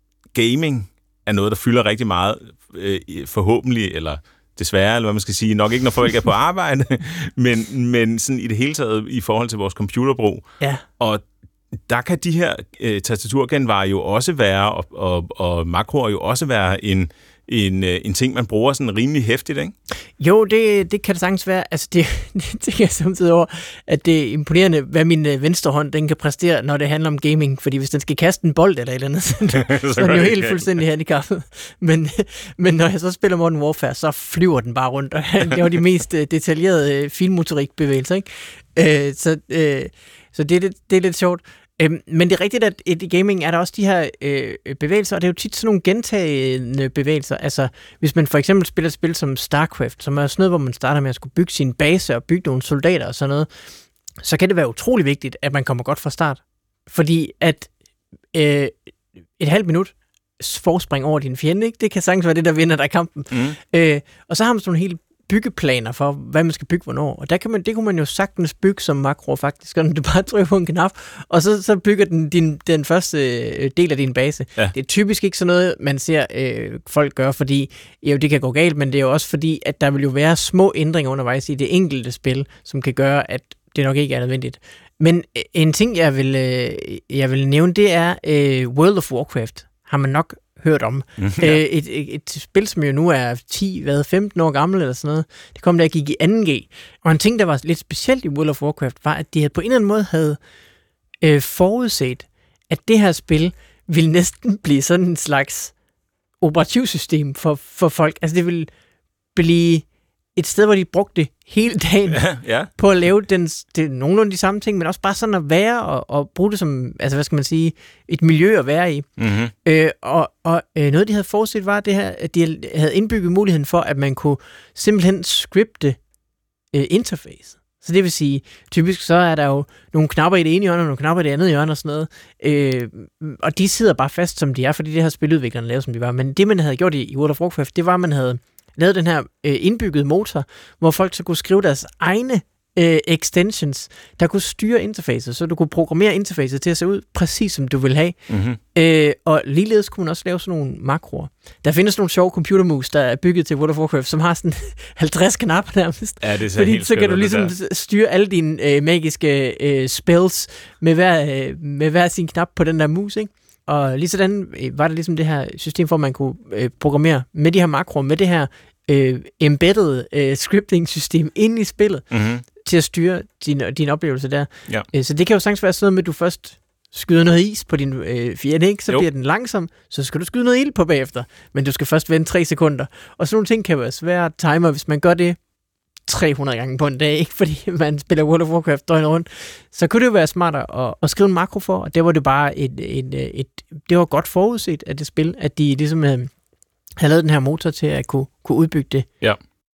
gaming er noget, der fylder rigtig meget, øh, forhåbentlig, eller desværre, eller hvad man skal sige, nok ikke, når folk er på arbejde, men, men sådan i det hele taget i forhold til vores computerbrug. Ja. Og der kan de her øh, tastaturgenveje jo også være, og, og, og makroer jo også være en, en, en ting, man bruger sådan rimelig hæftigt, ikke? Jo, det, det kan det sagtens være. Altså, det, det tænker jeg samtidig over, at det er imponerende, hvad min venstre hånd, den kan præstere, når det handler om gaming. Fordi hvis den skal kaste en bold eller et eller andet, så, så, så er den jo helt fuldstændig handicappet. Men, men når jeg så spiller Modern Warfare, så flyver den bare rundt, og det var de mest detaljerede finmotorikbevægelser, ikke? Øh, så øh, så det, det, det er lidt sjovt. Øhm, men det er rigtigt, at i gaming er der også de her øh, bevægelser, og det er jo tit sådan nogle gentagende bevægelser. Altså, hvis man for eksempel spiller et spil som StarCraft, som er sådan noget, hvor man starter med at skulle bygge sin base og bygge nogle soldater og sådan noget, så kan det være utrolig vigtigt, at man kommer godt fra start. Fordi at øh, et halvt minut forspring over din fjende, ikke? Det kan sagtens være det, der vinder dig kampen. Mm. Øh, og så har man sådan nogle helt byggeplaner for, hvad man skal bygge hvornår. Og der kan man, det kunne man jo sagtens bygge som makro faktisk, når du bare trykker på en knap, og så, så bygger den din, den første del af din base. Ja. Det er typisk ikke sådan noget, man ser øh, folk gøre, fordi jo, det kan gå galt, men det er jo også fordi, at der vil jo være små ændringer undervejs i det enkelte spil, som kan gøre, at det nok ikke er nødvendigt. Men en ting, jeg vil, øh, jeg vil nævne, det er øh, World of Warcraft. Har man nok hørt om. Mm, ja. Æ, et, et, et spil, som jo nu er ti, hvad, femten år gammel eller sådan noget. Det kom, da jeg gik i anden G. Og en ting, der var lidt specielt i World of Warcraft, var, at de havde på en eller anden måde havde øh, forudset, at det her spil ville næsten blive sådan en slags operativsystem for, for folk. Altså det ville blive et sted, hvor de brugte hele dagen ja, ja. på at lave den, det, nogenlunde de samme ting, men også bare sådan at være og, og bruge det som, altså hvad skal man sige, et miljø at være i. Mm-hmm. Øh, og og øh, noget, de havde forudset, var det her, at de havde indbygget muligheden for, at man kunne simpelthen scripte øh, interface. Så det vil sige, typisk så er der jo nogle knapper i det ene hjørne, og nogle knapper i det andet hjørne og sådan noget. Øh, og de sidder bare fast, som de er, fordi det her spiludviklerne lavede, som de var. Men det, man havde gjort i, i World of Warcraft, det var, at man havde lavet den her øh, indbyggede motor, hvor folk så kunne skrive deres egne øh, extensions, der kunne styre interfacet, så du kunne programmere interfacet til at se ud præcis som du vil have. Mm-hmm. Øh, og ligeledes kunne man også lave sådan nogle makroer. Der findes nogle sjove computermus, der er bygget til World of Warcraft, som har sådan halvtreds knapper nærmest. Ja, det er så fordi helt så kan du ligesom styre alle dine øh, magiske øh, spells med hver, øh, med hver sin knap på den der mus, ikke? Og lige sådan var der ligesom det her system, hvor man kunne øh, programmere med de her makroer, med det her øh, embedded øh, scripting-system inde i spillet, mm-hmm. til at styre din, din oplevelse der. Ja. Øh, så det kan jo sagtens være sådan noget med, at du først skyder noget is på din øh, fjende, ikke? Så jo. Bliver den langsom, så skal du skyde noget ild på bagefter, men du skal først vente tre sekunder. Og sådan nogle ting kan være svære timer, hvis man gør det tre hundrede gange på en dag, ikke? Fordi man spiller World of Warcraft døgnet rundt, så kunne det jo være smartere at, at skrive en makro for, og det var det bare et, et, et, et det var godt forudset af det spil, at de ligesom havde, havde lavet den her motor til at kunne, kunne udbygge det. Ja.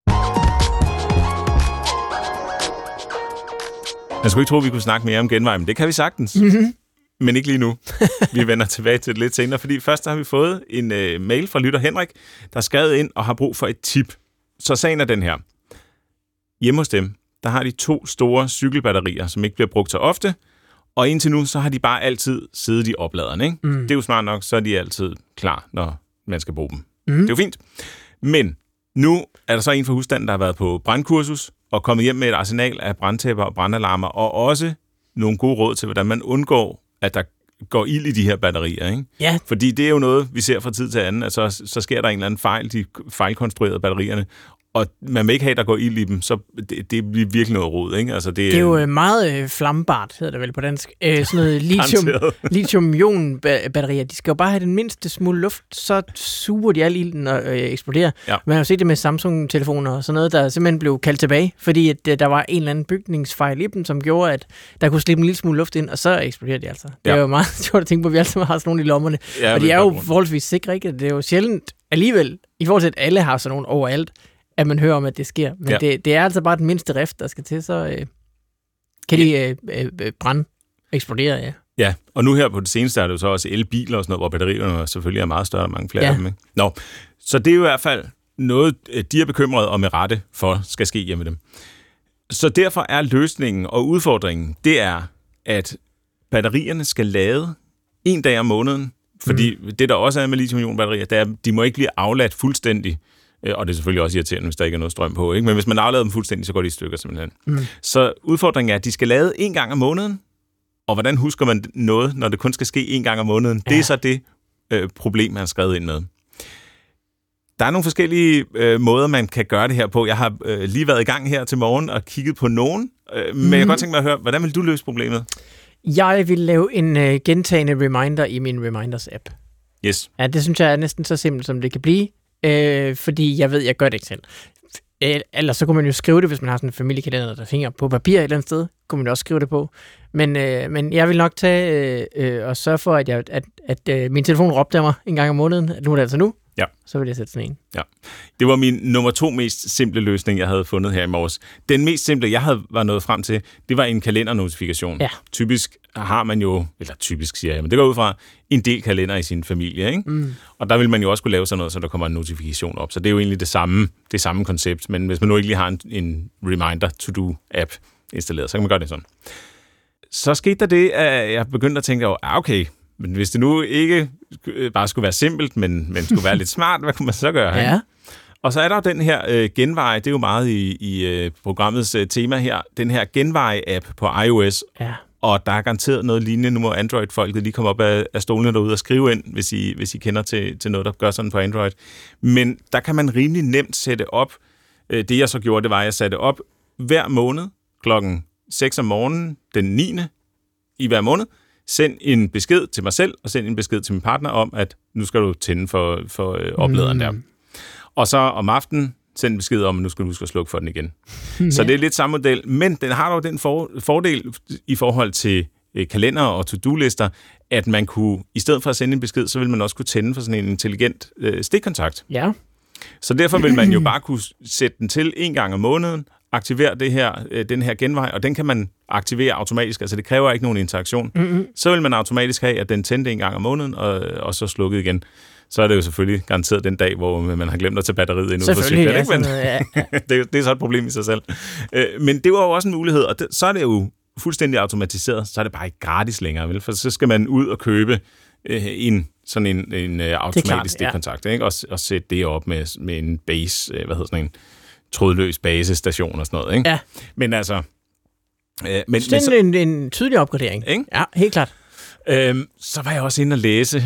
Jeg skulle ikke tro, at vi kunne snakke mere om genvej, men det kan vi sagtens. Mm-hmm. Men ikke lige nu. Vi vender tilbage til det lidt senere, fordi først har vi fået en uh, mail fra lytter Henrik, der er skrevet ind og har brug for et tip. Så sagen er den her. Hjemme hos dem, der har de to store cykelbatterier, som ikke bliver brugt så ofte, og indtil nu, så har de bare altid siddet i opladeren, ikke? Mm. Det er jo smart nok, så er de altid klar, når man skal bruge dem. Mm. Det er jo fint. Men nu er der så en fra husstanden, der har været på brandkursus, og kommet hjem med et arsenal af brandtæpper og brandalarmer, og også nogle gode råd til, hvordan man undgår, at der går ild i de her batterier, ikke? Ja. Fordi det er jo noget, vi ser fra tid til anden, at så, så sker der en eller anden fejl, de fejlkonstruerede batterierne, og man vil ikke have, at der går ild i dem, så det, det bliver virkelig noget rod, ikke? Altså, det, det er jo øh, meget øh, flambart, hedder det vel på dansk. Øh, sådan noget lithium, lithium-ion-batterier. De skal jo bare have den mindste smule luft, så suger de al ilden og øh, eksploderer. Ja. Man har jo set det med Samsung-telefoner og sådan noget, der simpelthen blev kaldt tilbage, fordi at, øh, der var en eller anden bygningsfejl i dem, som gjorde, at der kunne slippe en lille smule luft ind, og så eksploderer de altså. Det ja. er jo meget sjovt at tænke på, at vi altid har sådan nogle i lommerne. Ja, og de er jo forholdsvis sikre, ikke? Det er jo sjældent alligevel, i forhold til at alle har sådan nogle overalt, at man hører om, at det sker. Men ja. det, det er altså bare den mindste rift, der skal til, så øh, kan de øh, øh, brænde, eksplodere, ja. Ja, og nu her på det seneste er det jo så også elbiler og sådan noget, hvor batterierne selvfølgelig er meget større, mange flere ja. af dem, ikke? Nå, så det er jo i hvert fald noget, de er bekymrede og med rette for, skal ske hjemme med dem. Så derfor er løsningen og udfordringen, det er, at batterierne skal lade en dag om måneden, fordi mm. det, der også er med lithium-ion-batterier, det er, de må ikke blive afladt fuldstændig. Og det er selvfølgelig også irriterende, hvis der ikke er noget strøm på, ikke? Men hvis man aflader dem fuldstændig, så går de i stykker simpelthen. Mm. Så udfordringen er, at de skal lade en gang om måneden. Og hvordan husker man noget, når det kun skal ske en gang om måneden? Ja. Det er så det øh, problem, man har skrevet ind med. Der er nogle forskellige øh, måder, man kan gøre det her på. Jeg har øh, lige været i gang her til morgen og kigget på nogen. Øh, men mm. jeg kan godt tænke mig at høre, hvordan vil du løse problemet? Jeg vil lave en øh, gentagende reminder i min Reminders-app. Yes. Ja, det synes jeg er næsten så simpelt, som det kan blive. Øh, fordi jeg ved, jeg gør det ikke selv. Ellers så kunne man jo skrive det, hvis man har sådan en familiekalender, der hænger på papir et eller andet sted. Kunne man også skrive det på. Men, øh, men jeg vil nok tage øh, og sørge for, at, jeg, at, at øh, min telefon råbte mig en gang om måneden. At nu er det altså nu. Ja. Så vil jeg sætte sådan en. Ja. Det var min nummer to mest simple løsning, jeg havde fundet her i morges. Den mest simple, jeg havde var nået frem til, det var en kalendernotifikation. Ja. Typisk har man jo, eller typisk siger jeg, men det går ud fra en del kalender i sin familie, ikke? Mm. Og der vil man jo også kunne lave sådan noget, så der kommer en notifikation op. Så det er jo egentlig det samme, det samme koncept, men hvis man nu ikke lige har en, en reminder to-do-app installeret, så kan man gøre det sådan. Så skete der det, at jeg begyndte at tænke over, ah, okay, men hvis det nu ikke bare skulle være simpelt, men, men skulle være lidt smart, hvad kunne man så gøre? Ja. Og så er der jo den her øh, genveje, det er jo meget i, i øh, programmets øh, tema her, den her genveje-app på iOS. Ja. Og der er garanteret noget lignende. Nu må Android-folket lige komme op af, af stolene derude og skrive ind, hvis I, hvis I kender til, til noget, der gør sådan på Android. Men der kan man rimelig nemt sætte op. Øh, det jeg så gjorde, det var, at jeg satte op hver måned klokken seks om morgenen, den niende i hver måned. Send en besked til mig selv, og send en besked til min partner om, at nu skal du tænde for, for øh, opladeren mm. der. Og så om aftenen, send en besked om, at nu skal du huske at slukke for den igen. Ja. Så det er lidt samme model, men den har dog den for, fordel i forhold til øh, kalender og to-do-lister, at man kunne, i stedet for at sende en besked, så vil man også kunne tænde for sådan en intelligent øh, stikkontakt. Ja. Så derfor vil man jo bare kunne sætte den til en gang om måneden, aktivere det her, øh, den her genvej, og den kan man aktivere automatisk, altså det kræver ikke nogen interaktion. Mm-hmm. Så vil man automatisk have, at den tændte en gang om måneden, og, og så slukket igen. Så er det jo selvfølgelig garanteret den dag, hvor man har glemt at tage batteriet ind ud på cyklen. Ja, men ja. det, det er så et problem i sig selv. Men det var jo også en mulighed, og det, så er det jo fuldstændig automatiseret, så er det bare ikke gratis længere, vel? For så skal man ud og købe øh, en sådan en, en uh, automatisk stikkontakt, ja. Ikke? Og, og sætte det op med, med en base, øh, hvad hedder sådan en trådløs basestation og sådan noget, ikke? Ja. Men altså... Øh, men, det er så, en, en tydelig opgradering. Ikke? Ja, helt klart. Øhm, så var jeg også inde og læse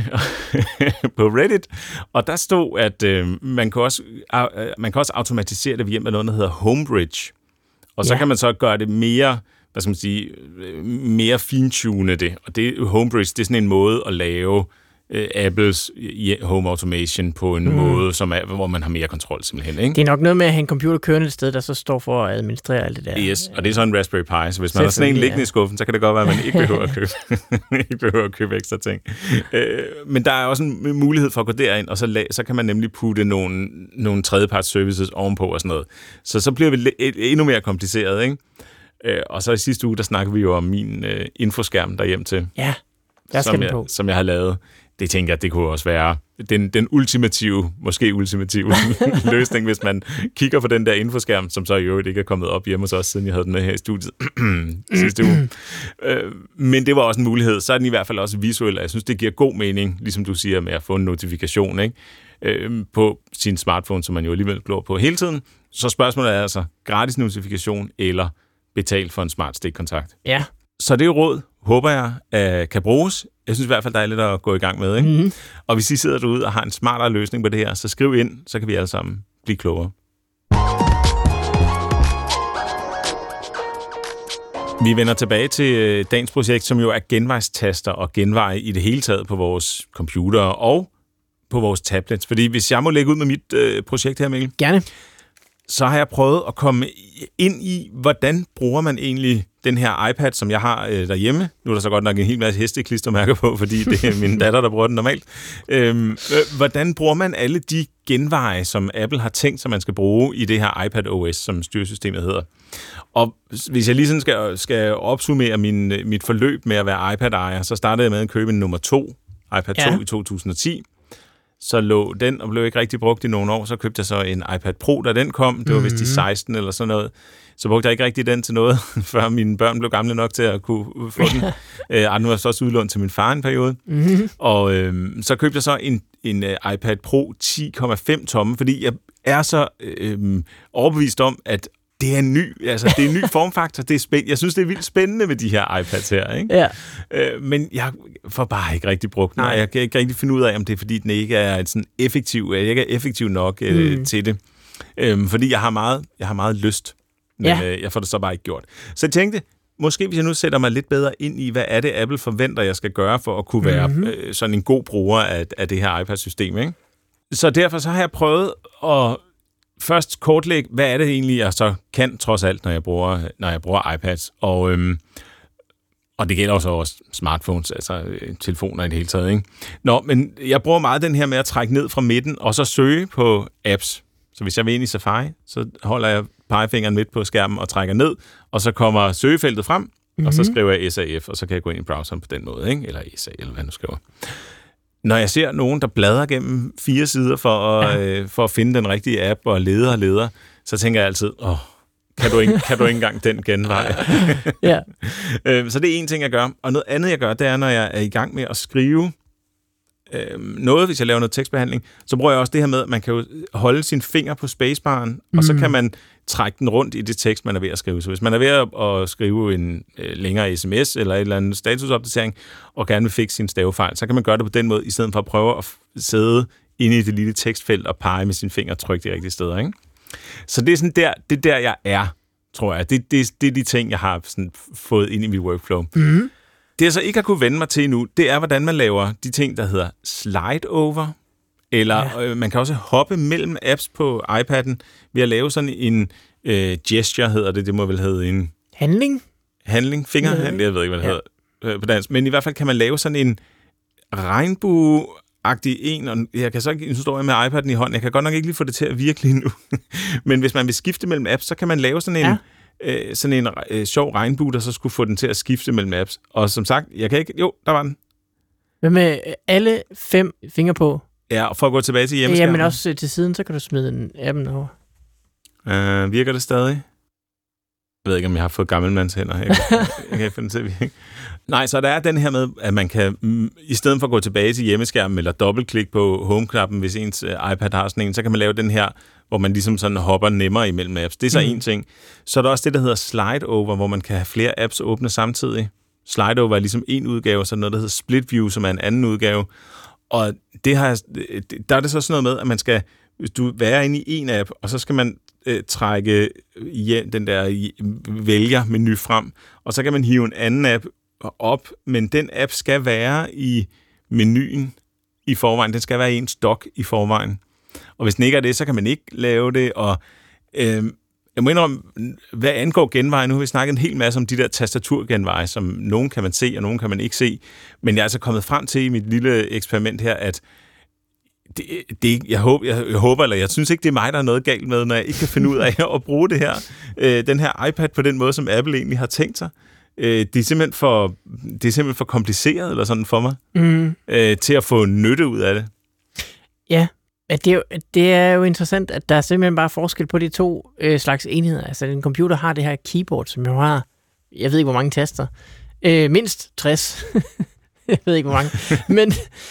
på Reddit, og der stod, at øh, man, kan også, øh, man kan også automatisere det ved hjælp af noget, der hedder Homebridge. Og så ja. kan man så gøre det mere, hvad skal man sige, mere fintune det. Og det Homebridge, det er sådan en måde at lave øh, Apples home automation på en mm. måde, som er, hvor man har mere kontrol simpelthen. Ikke? Det er nok noget med at have en computer kørende et sted, der så står for at administrere alt det der. Yes, og det er så en Raspberry Pi, så hvis man har sådan en liggende ja. i skuffen, så kan det godt være, at man ikke behøver at købe, ikke behøver at købe ekstra ting. Øh, men der er også en mulighed for at gå derind, og så, la- så kan man nemlig putte nogle, nogle tredjeparts services ovenpå og sådan noget. Så så bliver det endnu mere kompliceret, ikke? Øh, og så i sidste uge, der snakkede vi jo om min øh, infoskærm derhjem til. Ja, der skal som den jeg, på. Som jeg har lavet. Det tænker jeg, det kunne også være den, den ultimative, måske ultimative løsning, hvis man kigger på den der infoskærm, som så i øvrigt ikke er kommet op hjemme hos os, siden jeg havde den med her i studiet sidste uge. Øh, men det var også en mulighed. Så er den i hvert fald også visuel, og jeg synes, det giver god mening, ligesom du siger, med at få en notifikation, ikke? Øh, på sin smartphone, som man jo alligevel glor på hele tiden. Så spørgsmålet er altså, gratis notifikation eller betalt for en smart stikkontakt? Ja. Så det råd, håber jeg, uh, kan bruges. Jeg synes i hvert fald, der er lidt at gå i gang med. Ikke? Mm-hmm. Og hvis I sidder derude og har en smartere løsning på det her, så skriv ind, så kan vi alle sammen blive klogere. Vi vender tilbage til dagens projekt, som jo er genvejstaster og genveje i det hele taget på vores computer og på vores tablets. Fordi hvis jeg må lægge ud med mit øh, projekt her, Mikkel. Gerne. Så har jeg prøvet at komme ind i, hvordan bruger man egentlig den her iPad, som jeg har øh, derhjemme. Nu er der så godt nok en hel masse hesteklistermærker på, fordi det er min datter, der bruger den normalt. Øhm, øh, hvordan bruger man alle de genveje, som Apple har tænkt sig, man skal bruge i det her iPad O S, som styresystemet hedder? Og hvis jeg lige sådan skal, skal opsummere min, mit forløb med at være iPad-ejer, så startede jeg med at købe en nummer to, iPad to ja. i to tusind og ti. Så lå den og blev ikke rigtig brugt i nogle år. Så købte jeg så en iPad Pro, da den kom. Det var vist i seksten eller sådan noget. Så brugte jeg ikke rigtig den til noget, før mine børn blev gamle nok til at kunne få den. øh, nu er jeg så også udlånt til min far en periode. Mm-hmm. Og øh, så købte jeg så en, en uh, iPad Pro ti komma fem tomme, fordi jeg er så øh, overbevist om, at det er en ny, altså det er en ny formfaktor. Det er spænd- jeg synes, det er vildt spændende med de her iPads her, ikke? Ja. Øh, men jeg får bare ikke rigtig brugt den. Nej, jeg kan ikke rigtig finde ud af, om det er, fordi den ikke er sådan effektiv, jeg ikke er effektiv nok øh, mm. til det. Øh, fordi jeg har meget, jeg har meget lyst, men ja. øh, jeg får det så bare ikke gjort. Så jeg tænkte, måske hvis jeg nu sætter mig lidt bedre ind i, hvad er det, Apple forventer, jeg skal gøre for at kunne være mm-hmm. øh, sådan en god bruger af, af det her iPad-system, ikke? Så derfor så har jeg prøvet at først kortlægge, hvad er det egentlig, jeg så kan, trods alt, når jeg bruger, når jeg bruger iPads. Og, øhm, og det gælder også også smartphones, altså øh, telefoner i det hele taget. Ikke? Nå, men jeg bruger meget den her med at trække ned fra midten, og så søge på apps. Så hvis jeg vil ind i Safari, så holder jeg pegefingeren midt på skærmen og trækker ned, og så kommer søgefeltet frem, mm-hmm. og så skriver jeg S A F, og så kan jeg gå ind i browseren på den måde, ikke? Eller S A, eller hvad jeg nu skriver. Når jeg ser nogen, der bladrer gennem fire sider for at, ja. øh, for at finde den rigtige app og leder og leder, så tænker jeg altid, åh, kan du ikke, kan du ikke engang den genvej? Ja. øh, så det er en ting, jeg gør. Og noget andet, jeg gør, det er, når jeg er i gang med at skrive øh, noget, hvis jeg laver noget tekstbehandling, så bruger jeg også det her med, at man kan jo holde sin finger på spacebaren, mm. og så kan man trække den rundt i det tekst, man er ved at skrive. Så hvis man er ved at, at skrive en øh, længere sms eller et eller andet statusopdatering, og gerne vil fikse sin stavefejl, så kan man gøre det på den måde, i stedet for at prøve at f- sidde inde i det lille tekstfelt og pege med sine fingre og trykke de rigtige steder. Ikke? Så det er sådan der, det der, jeg er, tror jeg. Det, det, det er de ting, jeg har sådan fået ind i mit workflow. Mm. Det, jeg så ikke har kunne vende mig til nu, det er, hvordan man laver de ting, der hedder slide over, eller ja. øh, man kan også hoppe mellem apps på iPad'en ved at lave sådan en øh, gesture, hedder det. Det må vel hedde en... Handling? Handling? Fingerhandling? Jeg ved ikke, hvad det ja. hedder øh, på dansk. Men i hvert fald kan man lave sådan en regnbue-agtig en, og jeg kan så ikke, nu står jeg med iPad'en i hånden, jeg kan godt nok ikke lige få det til at virke lige nu. Men hvis man vil skifte mellem apps, så kan man lave sådan en... Ja. Øh, sådan en øh, sjov regnbue, der så skulle få den til at skifte mellem apps. Og som sagt, jeg kan ikke... Jo, der var den. Hvad med alle fem fingre på? Ja, og for at gå tilbage til hjemmeskærmen. Ja, men også til siden, så kan du smide en appen over. Øh, virker det stadig? Jeg ved ikke, om jeg har fået gammelmandshænder. Jeg kan, jeg kan ikke finde det til. Nej, så der er den her med, at man kan, i stedet for at gå tilbage til hjemmeskærmen, eller dobbeltklik på home-knappen, hvis ens iPad har sådan en, så kan man lave den her, hvor man ligesom sådan hopper nemmere imellem apps. Det er så mm. en ting. Så er der også det, der hedder slide over, hvor man kan have flere apps åbne samtidig. Slide over er ligesom en udgave, så er noget, der hedder split view, som er en anden udgave. Og det har, der er det så sådan noget med, at man skal, hvis du være inde i en app, og så skal man øh, trække ja, den der vælger-menu frem, og så kan man hive en anden app op, men den app skal være i menuen i forvejen. Den skal være i en stok i forvejen. Og hvis den ikke er det, så kan man ikke lave det, og øh, jeg må indrømme, hvad angår genveje, nu har vi snakket en hel masse om de der tastaturgenveje, som nogen kan man se, og nogen kan man ikke se. Men jeg er altså kommet frem til i mit lille eksperiment her, at det, det, jeg, håber, jeg, jeg håber, eller jeg synes ikke, det er mig, der er noget galt med, når jeg ikke kan finde ud af at bruge det her, øh, den her iPad på den måde, som Apple egentlig har tænkt sig. Øh, det, er simpelthen for, det er simpelthen for kompliceret eller sådan for mig, mm. øh, til at få nytte ud af det. Ja. Det er, jo, det er jo interessant, at der er simpelthen bare forskel på de to øh, slags enheder. Altså, en computer har det her keyboard, som jo har, jeg ved ikke, hvor mange taster. Øh, mindst tres. Jeg ved ikke, hvor mange. Men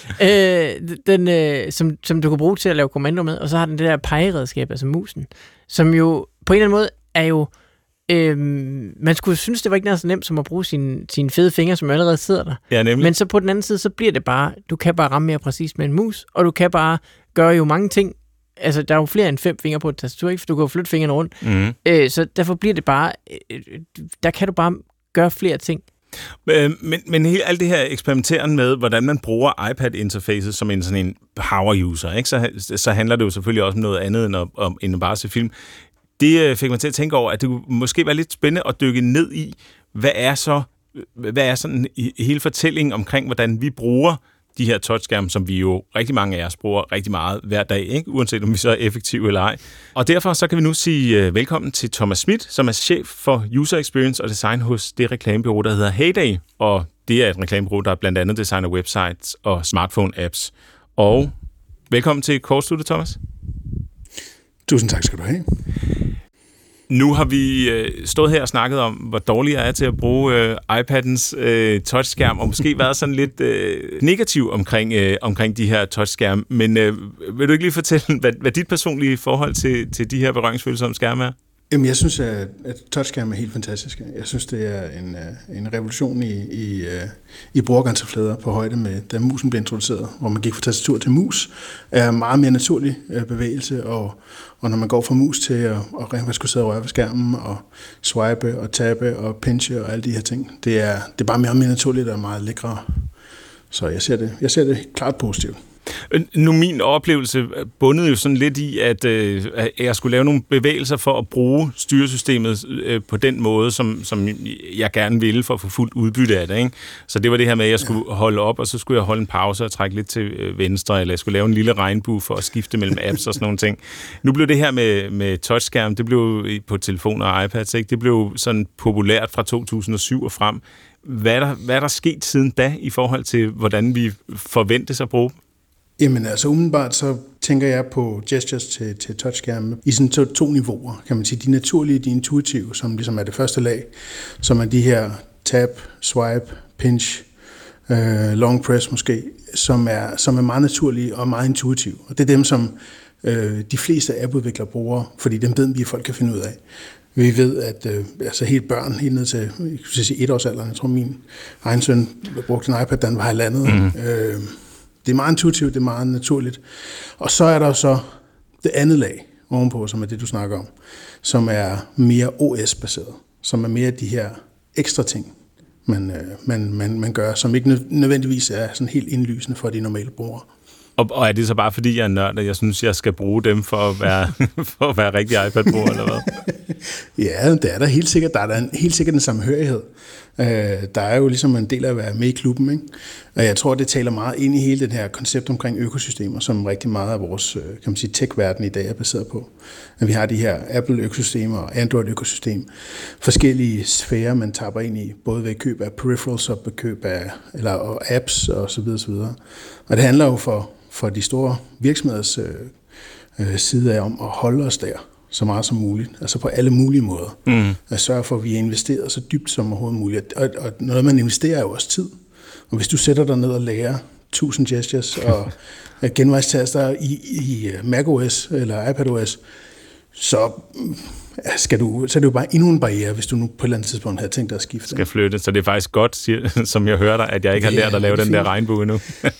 øh, den, øh, som, som du kan bruge til at lave kommando med, og så har den det der pegeredskab, altså musen, som jo på en eller anden måde er jo Øhm, man skulle synes, det var ikke nær så nemt som at bruge sine, sine fede fingre, som allerede sidder der. Ja, nemlig. Men så på den anden side, så bliver det bare, du kan bare ramme mere præcist med en mus, og du kan bare gøre jo mange ting. Altså, der er jo flere end fem fingre på et tastatur, ikke? For du kan jo flytte fingrene rundt. Mm. Øh, så derfor bliver det bare, øh, der kan du bare gøre flere ting. Men, men hele, alt det her eksperimenteren med, hvordan man bruger iPad-interfacet som en sådan en power-user, ikke? Så, så handler det jo selvfølgelig også om noget andet end, om, end at bare se film. Det fik mig til at tænke over, at det kunne måske være lidt spændende at dykke ned i, hvad er så, hvad er sådan hele fortællingen omkring, hvordan vi bruger de her touchskærme, som vi jo rigtig mange af os bruger rigtig meget hver dag, ikke? Uanset om vi så er effektive eller ej. Og derfor så kan vi nu sige uh, velkommen til Thomas Schmidt, som er chef for User Experience og Design hos det reklamebureau, der hedder Heyday. Og det er et reklamebureau, der blandt andet designer websites og smartphone-apps. Og velkommen til Kortsluttet, Thomas. Tusind tak skal du have. Nu har vi øh, stået her og snakket om, hvor dårlig jeg er til at bruge øh, iPad'ens øh, touchskærm, og måske været sådan lidt øh, negativ omkring, øh, omkring de her touchskærme. Men øh, vil du ikke lige fortælle, hvad, hvad dit personlige forhold til, til de her berøringsfølsomme skærme er? Jamen, jeg synes, at, at touchskærm er helt fantastisk. Jeg synes, det er en, en revolution i, i, i brugergrænseflader på højde med, da musen blev introduceret, hvor man gik fra tastatur til mus, er en meget mere naturlig bevægelse, og, og når man går fra mus til at, at rent faktisk sidde og røre ved skærmen, og swipe, og tabe, og pinche, og alle de her ting, det er, det er bare mere og mere naturligt og meget lækre. Så jeg ser det, jeg ser det klart positivt. Nu min oplevelse bundet jo sådan lidt i, at, øh, at jeg skulle lave nogle bevægelser for at bruge styresystemet øh, på den måde, som, som jeg gerne ville for at få fuldt udbytte af det, ikke? Så det var det her med, at jeg skulle ja. holde op, og så skulle jeg holde en pause og trække lidt til venstre, eller jeg skulle lave en lille regnbue for at skifte mellem apps og sådan nogle ting. Nu blev det her med, med touchskærm, det blev på telefoner og iPads, ikke? Det blev sådan populært fra to tusind og syv og frem. Hvad er der, hvad er der sket siden da i forhold til, hvordan vi forventes at bruge dem? Jamen altså umiddelbart så tænker jeg på gestures til, til touchskærme i sådan to, to niveauer, kan man sige. De naturlige, de intuitive, som ligesom er det første lag, som er de her tab, swipe, pinch, øh, long press måske, som er, som er meget naturlige og meget intuitive. Og det er dem, som øh, de fleste appudviklere bruger, fordi dem ved vi, at folk kan finde ud af. Vi ved, at øh, altså helt børn, helt ned til jeg skal sige, etårsalderen, jeg tror min egen søn brugte en iPad, da han var halvandet. Mm. Øh, Det er meget intuitivt, det er meget naturligt. Og så er der så det andet lag ovenpå, som er det, du snakker om, som er mere O S-baseret, som er mere de her ekstra ting, man, man, man, man gør, som ikke nødvendigvis er sådan helt indlysende for de normale brugere. Og, og er det så bare fordi, jeg er nørd, at jeg synes, jeg skal bruge dem for at være, for at være rigtig iPad-bruger, eller hvad? Ja, det er der helt sikkert. Der er der en, helt sikkert en samhørighed. Øh, der er jo ligesom en del af at være med i klubben, ikke? Og jeg tror, det taler meget ind i hele den her koncept omkring økosystemer, som rigtig meget af vores kan man sige, tech-verden i dag er baseret på. At vi har de her Apple-økosystemer og Android-økosystem. Forskellige sfærer, man tapper ind i, både ved køb af peripherals og ved køb af eller, og apps og så videre, så videre. Og det handler jo for, for de store virksomheders øh, øh, side af om at holde os der så meget som muligt, altså på alle mulige måder. Mm. At sørge for, at vi investerer så dybt som overhovedet muligt. Og, og noget, man investerer, er jo også tid. Og hvis du sætter dig ned og lærer tusind gestures og genvejstaster i, i macOS eller iPadOS, så skal du, så er det jo bare endnu en barriere, hvis du nu på et eller andet tidspunkt havde tænkt dig at skifte. Skal flytte, så det er faktisk godt, siger, som jeg hører dig, at jeg ikke har lært at lave den fint. Der regnbue endnu.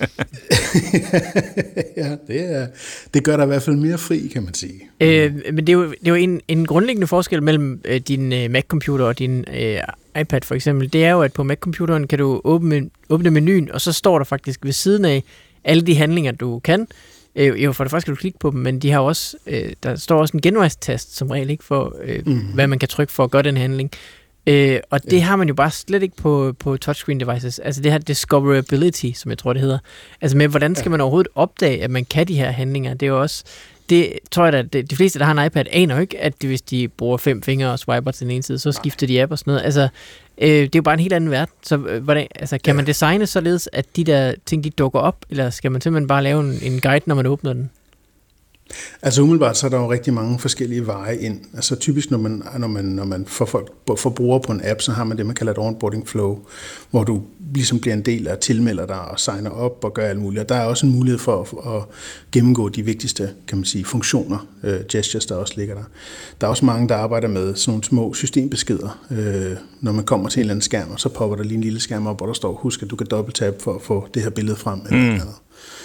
Ja, det, er, det gør dig i hvert fald mere fri, kan man sige. Øh, men det er jo, det er jo en, en grundlæggende forskel mellem øh, din øh, Mac-computer og din øh, iPad for eksempel. Det er jo, at på Mac-computeren kan du åbne, åbne menuen, og så står der faktisk ved siden af alle de handlinger, du kan. Øh, jo, for det første kan du klikke på dem, men de har også, øh, der står også en genvejstast som regel, ikke, for øh, mm. hvad man kan trykke for at gøre den handling. Øh, og det ja. har man jo bare slet ikke på, på touchscreen devices. Altså det her discoverability, som jeg tror det hedder. Altså med, hvordan skal man overhovedet opdage, at man kan de her handlinger? Det er jo også, det tror jeg da, de fleste, der har en iPad, aner jo ikke, at hvis de bruger fem fingre og swiper til den ene side, så skifter de app og sådan noget. Altså, øh, det er jo bare en helt anden verden. Så øh, hvordan, altså, kan ja. man designe således, at de der ting, de dukker op, eller skal man simpelthen bare lave en, en guide, når man åbner den? Altså umiddelbart så er der jo rigtig mange forskellige veje ind. Altså typisk når man, når man, når man får folk får brugere på en app, så har man det, man kalder et onboarding flow, hvor du ligesom bliver en del af, tilmelder dig og signer op og gør alt muligt. Og der er også en mulighed for at, for at gennemgå de vigtigste, kan man sige, funktioner, øh, gestures, der også ligger der. Der er også mange, der arbejder med sådan nogle små systembeskeder, øh, når man kommer til en eller anden skærm, og så popper der lige en lille skærm op, hvor der står, husk at du kan dobbelttabe for at få det her billede frem. Eller mm. eller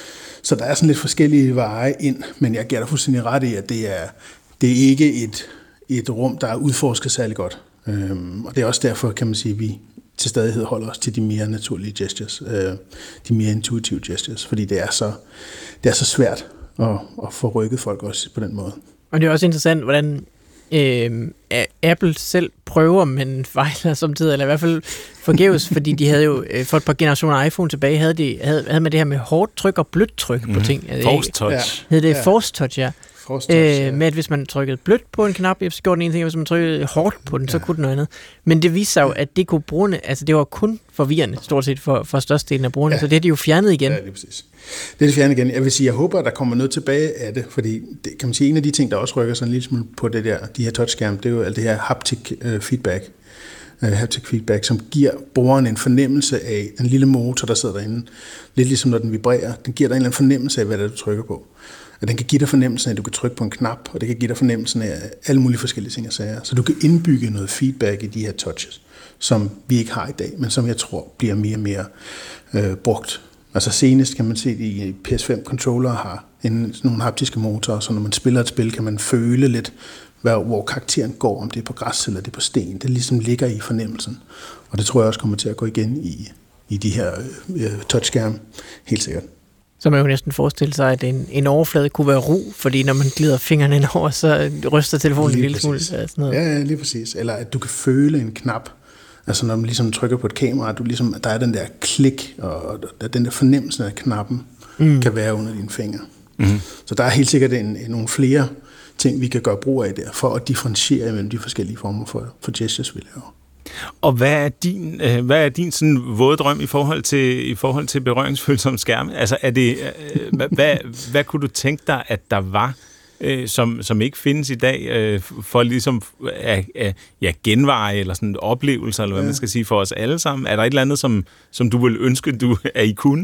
Så der er sådan lidt forskellige veje ind, men jeg giver dig fuldstændig ret i, at det er, det er ikke et, et rum, der er udforsket særlig godt. Øhm, og det er også derfor, kan man sige, at vi til stadighed holder os til de mere naturlige gestures, øh, de mere intuitive gestures, fordi det er så, det er så svært at, at få rykket folk også på den måde. Og det er også interessant, hvordan øh, Apple selv prøver, men fejler samtidig, eller i hvert fald forgæves, fordi de havde jo for et par generationer iPhone tilbage, havde de havde, havde med det her med hårdt tryk og blødt tryk mm. på ting. Force touch. Hed det ja. Force touch, ja. Force touch, øh, ja. Med at hvis man trykkede blødt på en knap, så gjorde den en ting, og hvis man trykkede hårdt på den, så ja. kunne den noget andet. Men det viste sig jo, at det kunne brugerne, altså det var kun forvirrende, stort set for, for størstedelen af brugerne, ja. Så det har de jo fjernet igen. Ja, det er præcis. Det er det fjernet igen. Jeg vil sige, jeg håber, at der kommer noget tilbage af det, fordi det, kan man sige, en af de ting, der også rykker sådan en lille smule på det der, de her touchskærm, det er jo alt det her haptic uh, feedback, uh, haptic feedback, som giver brugeren en fornemmelse af den lille motor, der sidder derinde. Lidt ligesom når den vibrerer. Den giver dig en eller anden fornemmelse af, hvad det er, du trykker på. Og den kan give dig fornemmelsen af, at du kan trykke på en knap, og det kan give dig fornemmelsen af alle mulige forskellige ting og sager. Så du kan indbygge noget feedback i de her touches, som vi ikke har i dag, men som jeg tror bliver mere og mere øh, brugt. Altså senest kan man se, at i P S fem controller har en, nogle haptiske motorer, så når man spiller et spil, kan man føle lidt, hvor, hvor karakteren går, om det er på græs eller det er på sten. Det ligesom ligger i fornemmelsen. Og det tror jeg også kommer til at gå igen i, i de her øh, touchskærme, helt sikkert. Så man jo næsten forestille sig, at en, en overflade kunne være ro, fordi når man glider fingrene ind over, så ryster telefonen en lille smule. Sådan noget. Ja, ja, lige præcis. Eller at du kan føle en knap. Altså når man ligesom trykker på et kamera, du ligesom, der er den der klik, og den der fornemmelse af knappen, mm. kan være under dine fingre. Mm. Så der er helt sikkert en, en, nogle flere ting, vi kan gøre brug af der, for at differentiere mellem de forskellige former for, for gestures, vi laver. Og hvad er din, øh, hvad er din sådan våde drøm i forhold til, i forhold til berøringsfølsomme skærme? Altså er det, øh, hvad, hvad, hvad kunne du tænke dig, at der var, øh, som, som ikke findes i dag, øh, for ligesom at, at ja, genveje eller sådan oplevelser, eller hvad ja. man skal sige, for os alle sammen? Er der et eller andet, som, som du vil ønske, du, at I kunne?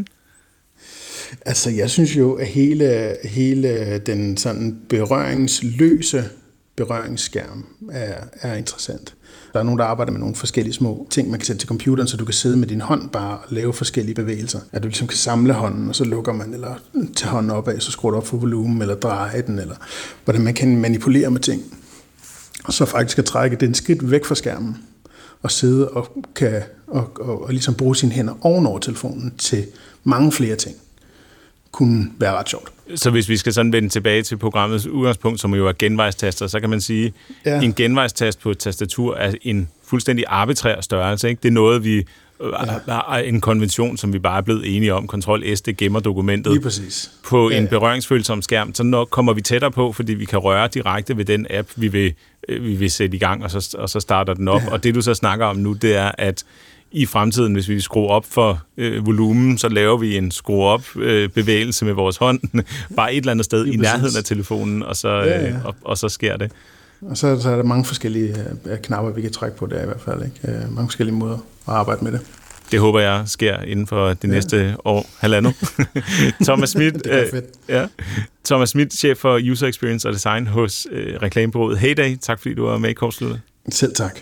Altså jeg synes jo, at hele, hele den sådan berøringsløse berøringsskærm er, er interessant. Der er nogen, der arbejder med nogle forskellige små ting, man kan sætte til computeren, så du kan sidde med din hånd bare og lave forskellige bevægelser. At du ligesom kan samle hånden, og så lukker man, eller tage hånden opad, så skruer du op for volumen, eller dreje den, eller hvordan man kan manipulere med ting. Og så faktisk at trække den skridt væk fra skærmen, og sidde og, kan, og, og, og ligesom bruge sine hænder ovenover telefonen til mange flere ting. Kunne være ret sjovt. Så hvis vi skal sådan vende tilbage til programmets udgangspunkt, som jo er genvejstaster, så kan man sige, at ja. en genvejstast på et tastatur er en fuldstændig arbitrær størrelse. Ikke? Det er noget, vi ja. en konvention, som vi bare er blevet enige om. Control S, det gemmer dokumentet. Lige præcis. På ja, en ja. berøringsfølsom skærm, så når kommer vi tættere på, fordi vi kan røre direkte ved den app, vi vil, vi vil sætte i gang, og så, og så starter den op. Ja. Og det, du så snakker om nu, det er, at i fremtiden, hvis vi skruer op for øh, volumen, så laver vi en skru-op-bevægelse øh, med vores hånd, bare et eller andet sted i nærheden af telefonen, og så, øh, ja, ja. Og, og så sker det. Og så, så er der mange forskellige øh, knapper, vi kan trække på der i hvert fald. Ikke? Øh, mange forskellige måder at arbejde med det. Det håber jeg sker inden for det ja. næste år, halvandet. Thomas Schmidt, det er fedt. Øh, ja. Thomas Schmidt, chef for User Experience og Design hos øh, reklamebureauet Heyday. Tak fordi du var med i Kortsluttet. Selv tak.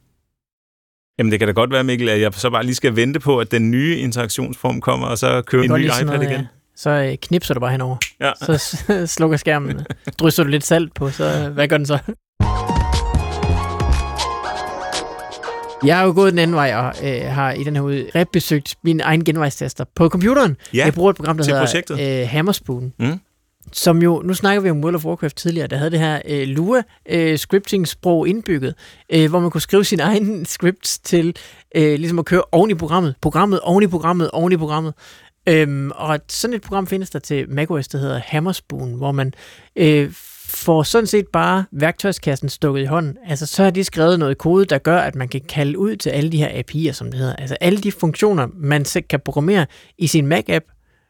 Jamen det kan da godt være, Mikkel, at jeg så bare lige skal vente på, at den nye interaktionsform kommer, og så kører en ny iPad noget, igen. Ja. Så øh, knipser du bare henover. Ja. Så slukker skærmen. Drysser du lidt salt på, så hvad gør den så? Jeg har jo gået den anden vej og øh, har i den her uge rebesøgt min egen genvejstaster på computeren. Ja, jeg bruger et program, der hedder øh, Hammerspoon. Mm. Som jo, nu snakker vi om World of Warcraft tidligere, der havde det her øh, Lua øh, scripting-sprog indbygget, øh, hvor man kunne skrive sine egne scripts til øh, ligesom at køre oven i programmet, programmet oven i programmet, oven i programmet. Øhm, og sådan et program findes der til macOS, der hedder Hammerspoon, hvor man øh, får sådan set bare værktøjskassen stukket i hånden. Altså så har de skrevet noget kode, der gør, at man kan kalde ud til alle de her A P I'er, som det hedder. Altså alle de funktioner, man selv kan programmere i sin Mac-app,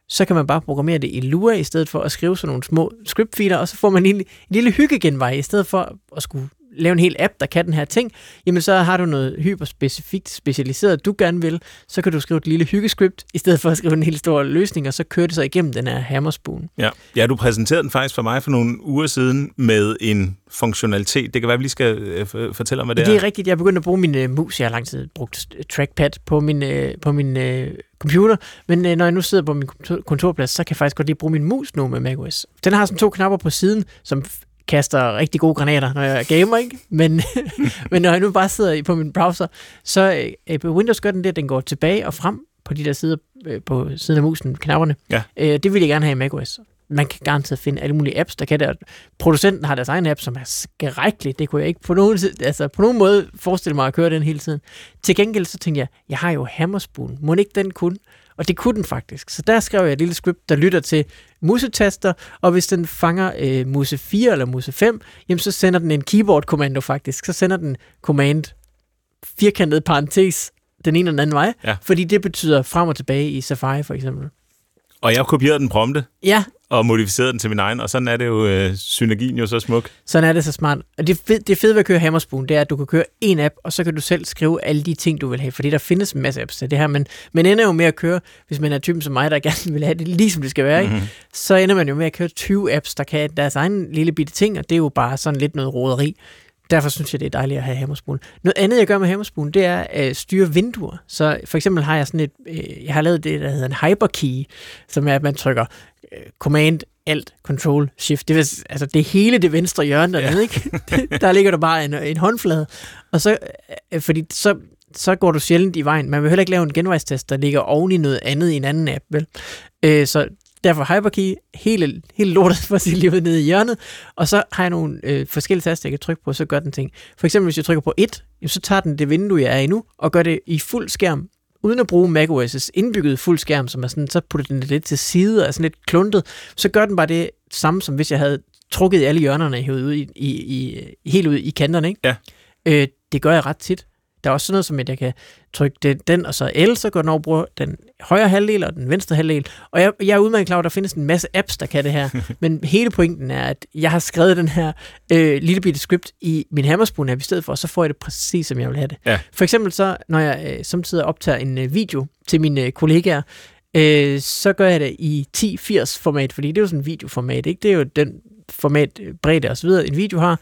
så kan man bare programmere det i Lua, i stedet for at skrive sådan nogle små scriptfiler, og så får man en lille, en lille hyggegenvej, i stedet for at skulle lave en hel app, der kan den her ting, jamen så har du noget hyperspecifikt specialiseret, du gerne vil, så kan du skrive et lille hyggescript, i stedet for at skrive en helt stor løsning, og så kører det så igennem den her Hammerspoon. Ja. ja, du præsenterede den faktisk for mig for nogle uger siden med en funktionalitet. Det kan være, at vi lige skal øh, fortælle om, hvad det, det er. er. Det er rigtigt. Jeg er begyndt at bruge min uh, mus. Jeg har lang tid brugt trackpad på min, uh, på min uh, computer, men uh, når jeg nu sidder på min kontorplads, så kan jeg faktisk godt lige bruge min mus nu med macOS. Den har sådan to knapper på siden, som kaster rigtig gode granater, når jeg gamer, ikke? Men, men når jeg nu bare sidder på min browser, så øh, på Windows gør den det, at den går tilbage og frem på de der sider øh, på siden af musen, knapperne. Ja. Øh, det vil jeg gerne have i macOS. Man kan garanteret finde alle mulige apps, der kan det. Producenten har deres egen app, som er skrækkelig. Det kunne jeg ikke på nogen, altså på nogen måde forestille mig at køre den hele tiden. Til gengæld så tænkte jeg, jeg har jo Hammerspoon. Må ikke den kunne? Og det kunne den faktisk. Så der skrev jeg et lille script, der lytter til musetaster, og hvis den fanger øh, muse fire eller muse fem, jamen så sender den en keyboard-kommando faktisk. Så sender den command firkantet parentes den ene eller den anden vej, ja. Fordi det betyder frem og tilbage i Safari for eksempel. Og jeg kopierede den prompte. Ja. Og modificerede den til min egen, og sådan er det jo, øh, synergien jo så smuk. Sådan er det så smart. Og det fede, det fede ved at køre Hammerspoon, det er, at du kan køre en app, og så kan du selv skrive alle de ting, du vil have, fordi der findes en masse apps til det her, men man ender jo med at køre, hvis man er typen som mig, der gerne vil have det lige som det skal være, mm-hmm. ikke? Så ender man jo med at køre tyve apps, der kan deres egen lille bitte ting, og det er jo bare sådan lidt noget roderi. Derfor synes jeg, det er dejligt at have Hammerspoon. Noget andet, jeg gør med Hammerspoon, det er at styre vinduer. Så for eksempel har jeg sådan et, øh, jeg har lavet det, der hedder en hyperkey, som er, at man trykker øh, Command, Alt, Control, Shift. Det er, altså, det er hele det venstre hjørne dernede, ja. Ikke? Der ligger der bare en, en håndflade. Og så, øh, fordi så, så går du sjældent i vejen. Man vil heller ikke lave en genvejstest, der ligger oven i noget andet i en anden app, vel? Øh, så derfor hyperkey, hele, hele lortet for sit liv nede i hjørnet, og så har jeg nogle øh, forskellige taster, jeg kan trykke på, så gør den ting. For eksempel, hvis jeg trykker på et, så tager den det vindue, jeg er i nu, og gør det i fuld skærm, uden at bruge macOS' indbyggede fuld skærm, som er sådan, så putter den det lidt til side, og er sådan lidt kluntet, så gør den bare det samme, som hvis jeg havde trukket alle hjørnerne hævet ud i, i, i, helt ud i kanterne, ikke? Ja. Øh, det gør jeg ret tit. Der er også sådan noget som, at jeg kan trykke den, den og så L, så går den over og bruger den højre halvdel og den venstre halvdel. Og jeg, jeg er udmærket klar, at der findes en masse apps, der kan det her. Men hele pointen er, at jeg har skrevet den her øh, lille bitte script i min Hammerspoon app i stedet for, og så får jeg det præcis, som jeg vil have det. Ja. For eksempel så, når jeg øh, samtidig optager en øh, video til mine øh, kollegaer, øh, så gør jeg det i ti firs format, fordi det er jo sådan en videoformat, ikke? Det er jo den format, bredde og så videre, en video har.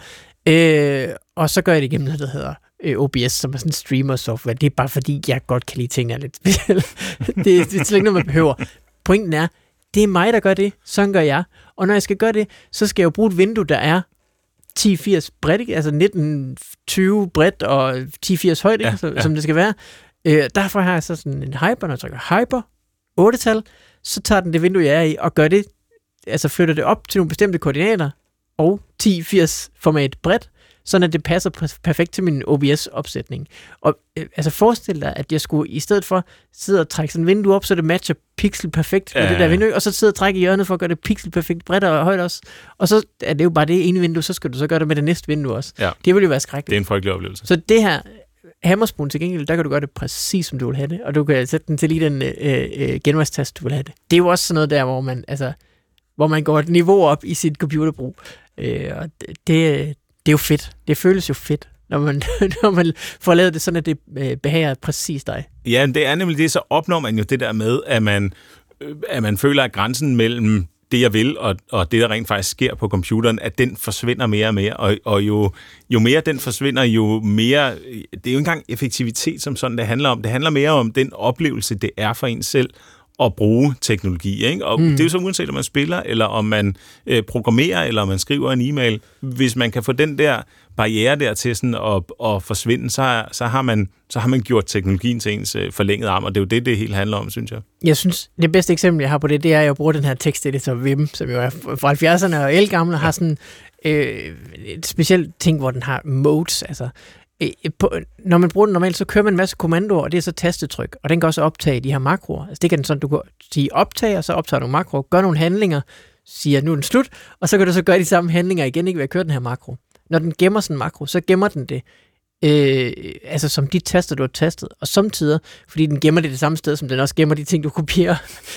Øh, og så gør jeg det igennem noget, der hedder O B S, som er sådan en streamer-software. Det er bare fordi, jeg godt kan lide tingene lidt specielle. det, det er slet ikke noget, man behøver. Pointen er, det er mig, der gør det. Sådan gør jeg. Og når jeg skal gøre det, så skal jeg jo bruge et vindue, der er ti firs bredt, ikke? Altså nitten tyve bredt og ti firs højt, ikke? Ja, Så, ja. som det skal være. Øh, derfor har jeg så sådan en hyper, når jeg trykker hyper, otte-tal, så tager den det vindue, jeg er i, og gør det, altså flytter det op til nogle bestemte koordinater, og ti firs format bredt, sådan at det passer perfekt til min O B S-opsætning. Og øh, altså forestil dig, at jeg skulle i stedet for sidde og trække sådan et vindue op, så det matcher pixel perfekt med ja, det der vindue, og så sidde og trække i hjørnet for at gøre det pixel perfekt bredt og højt også. Og så er det jo bare det ene vindue, så skal du så gøre det med det næste vindue også. Ja. Det vil jo være skrækkeligt. Det er en frygtelig oplevelse. Så det her Hammerspoon til gengæld, der kan du gøre det præcis, som du vil have det, og du kan sætte den til lige den øh, øh, genvejstast, du vil have det. Det er jo også sådan noget der, hvor man, altså, hvor man går et niveau op i sit computerbrug. Øh, og det, det Det er jo fedt. Det føles jo fedt, når man, når man får lavet det sådan, at det behager præcis dig. Ja, det er nemlig det, så opnår man jo det der med, at man, at man føler, at grænsen mellem det, jeg vil, og, og det, der rent faktisk sker på computeren, at den forsvinder mere og mere. Og, og jo, jo mere den forsvinder, jo mere... Det er jo ikke engang effektivitet, som sådan det handler om. Det handler mere om den oplevelse, det er for en selv at bruge teknologi, ikke? Og mm. det er jo så uanset, om man spiller, eller om man øh, programmerer, eller om man skriver en e-mail. Hvis man kan få den der barriere der til sådan at, at forsvinde, så, så, har man, så har man gjort teknologien til ens øh, forlængede arm, og det er jo det, det hele handler om, synes jeg. Jeg synes, det bedste eksempel, jeg har på det, det er, at jeg bruger den her teksteditor Vim, som jo er fra halvfjerdserne og elgammel, og har sådan øh, et specielt ting, hvor den har modes, altså På, når man bruger den normalt, så kører man en masse kommandoer, og det er så tastetryk, og den kan også optage de her makroer. Altså det kan den sådan, du kan sige optage, og så optager du makro, gør nogle handlinger, siger nu er den slut, og så kan du så gøre de samme handlinger igen, ikke ved at køre den her makro. Når den gemmer sådan en makro, så gemmer den det, øh, altså som de taster, du har tastet, og samtidig, fordi den gemmer det det samme sted, som den også gemmer de ting, du kopierer,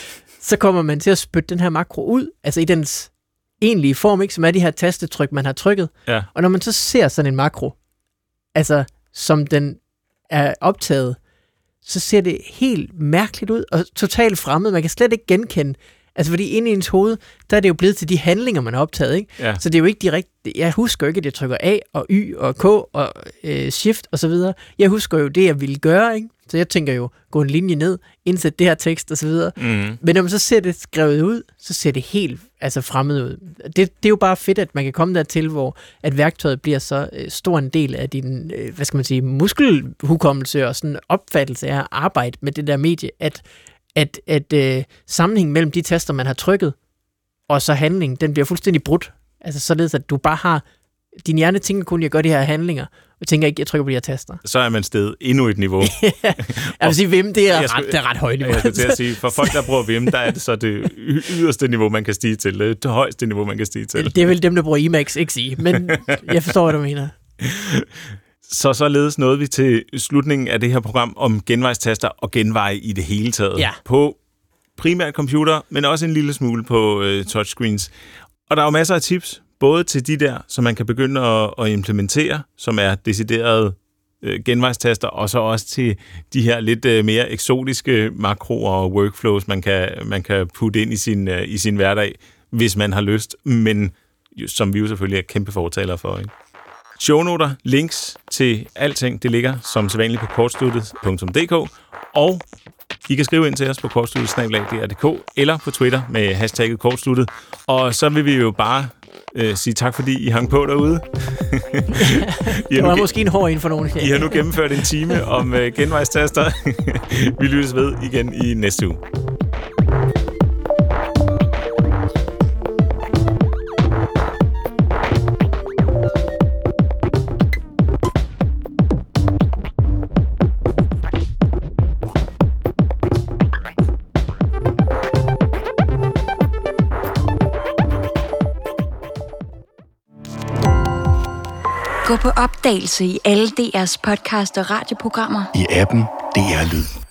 så kommer man til at spytte den her makro ud, altså i dens egentlige form, ikke, som er de her tastetryk, man har trykket. Ja. Og når man så ser sådan en makro, altså som den er optaget, så ser det helt mærkeligt ud, og totalt fremmed. Man kan slet ikke genkende, altså fordi inde i ens hoved, der er det jo blevet til de handlinger, man har optaget, ikke? Ja. Så det er jo ikke direkte, jeg husker jo ikke, at jeg trykker A og Y og K og øh, Shift og så videre. Jeg husker jo det, jeg ville gøre, ikke? Så jeg tænker jo, gå en linje ned, indsæt det her tekst og så videre. Mm. Men når man så ser det skrevet ud, så ser det helt altså fremmed ud. Det, det er jo bare fedt, at man kan komme dertil, hvor at værktøjet bliver så øh, stor en del af din, øh, hvad skal man sige, muskelhukommelse og sådan opfattelse af at arbejde med det der medie, at, at, at øh, sammenhængen mellem de taster, man har trykket, og så handlingen, den bliver fuldstændig brudt. Altså således, at du bare har, din hjerne tænker kun, at jeg gør de her handlinger, og tænker ikke, jeg trykker på de her taster. Så er man stedet endnu et niveau. Jeg vil sige, Vim, det er, skulle, ret, det er ret højt niveau. Jeg skal til at sige, for folk, der bruger Vim, der er det så det yderste niveau, man kan stige til. Det højeste niveau, man kan stige til. Det er vel dem, der bruger Emacs, ikke sige. Men jeg forstår, hvad du mener. Så således nåede vi til slutningen af det her program om genvejstaster og genveje i det hele taget. Ja. På primært computer, men også en lille smule på øh, touchscreens. Og der er jo masser af tips, både til de der, som man kan begynde at, at implementere, som er deciderede øh, genvejstaster, og så også til de her lidt øh, mere eksotiske makroer og workflows, man kan, man kan putte ind i sin, øh, i sin hverdag, hvis man har lyst, men som vi jo selvfølgelig er kæmpe fortalere for, ikke? Shownoter, links til alting, det ligger som sædvanligt på kortstudiet punktum d k, og I kan skrive ind til os på kortstudiet snabel-a d r punktum d k eller på Twitter med hashtagget kortstudiet, og så vil vi jo bare øh, sige tak, fordi I hang på derude. Det var måske en hård en for nogen. I har nu gennemført en time om øh, genvejstaster. Vi lyttes ved igen i næste uge. Gå på opdagelse i alle D R's podcast og radioprogrammer. I appen D R Lyd.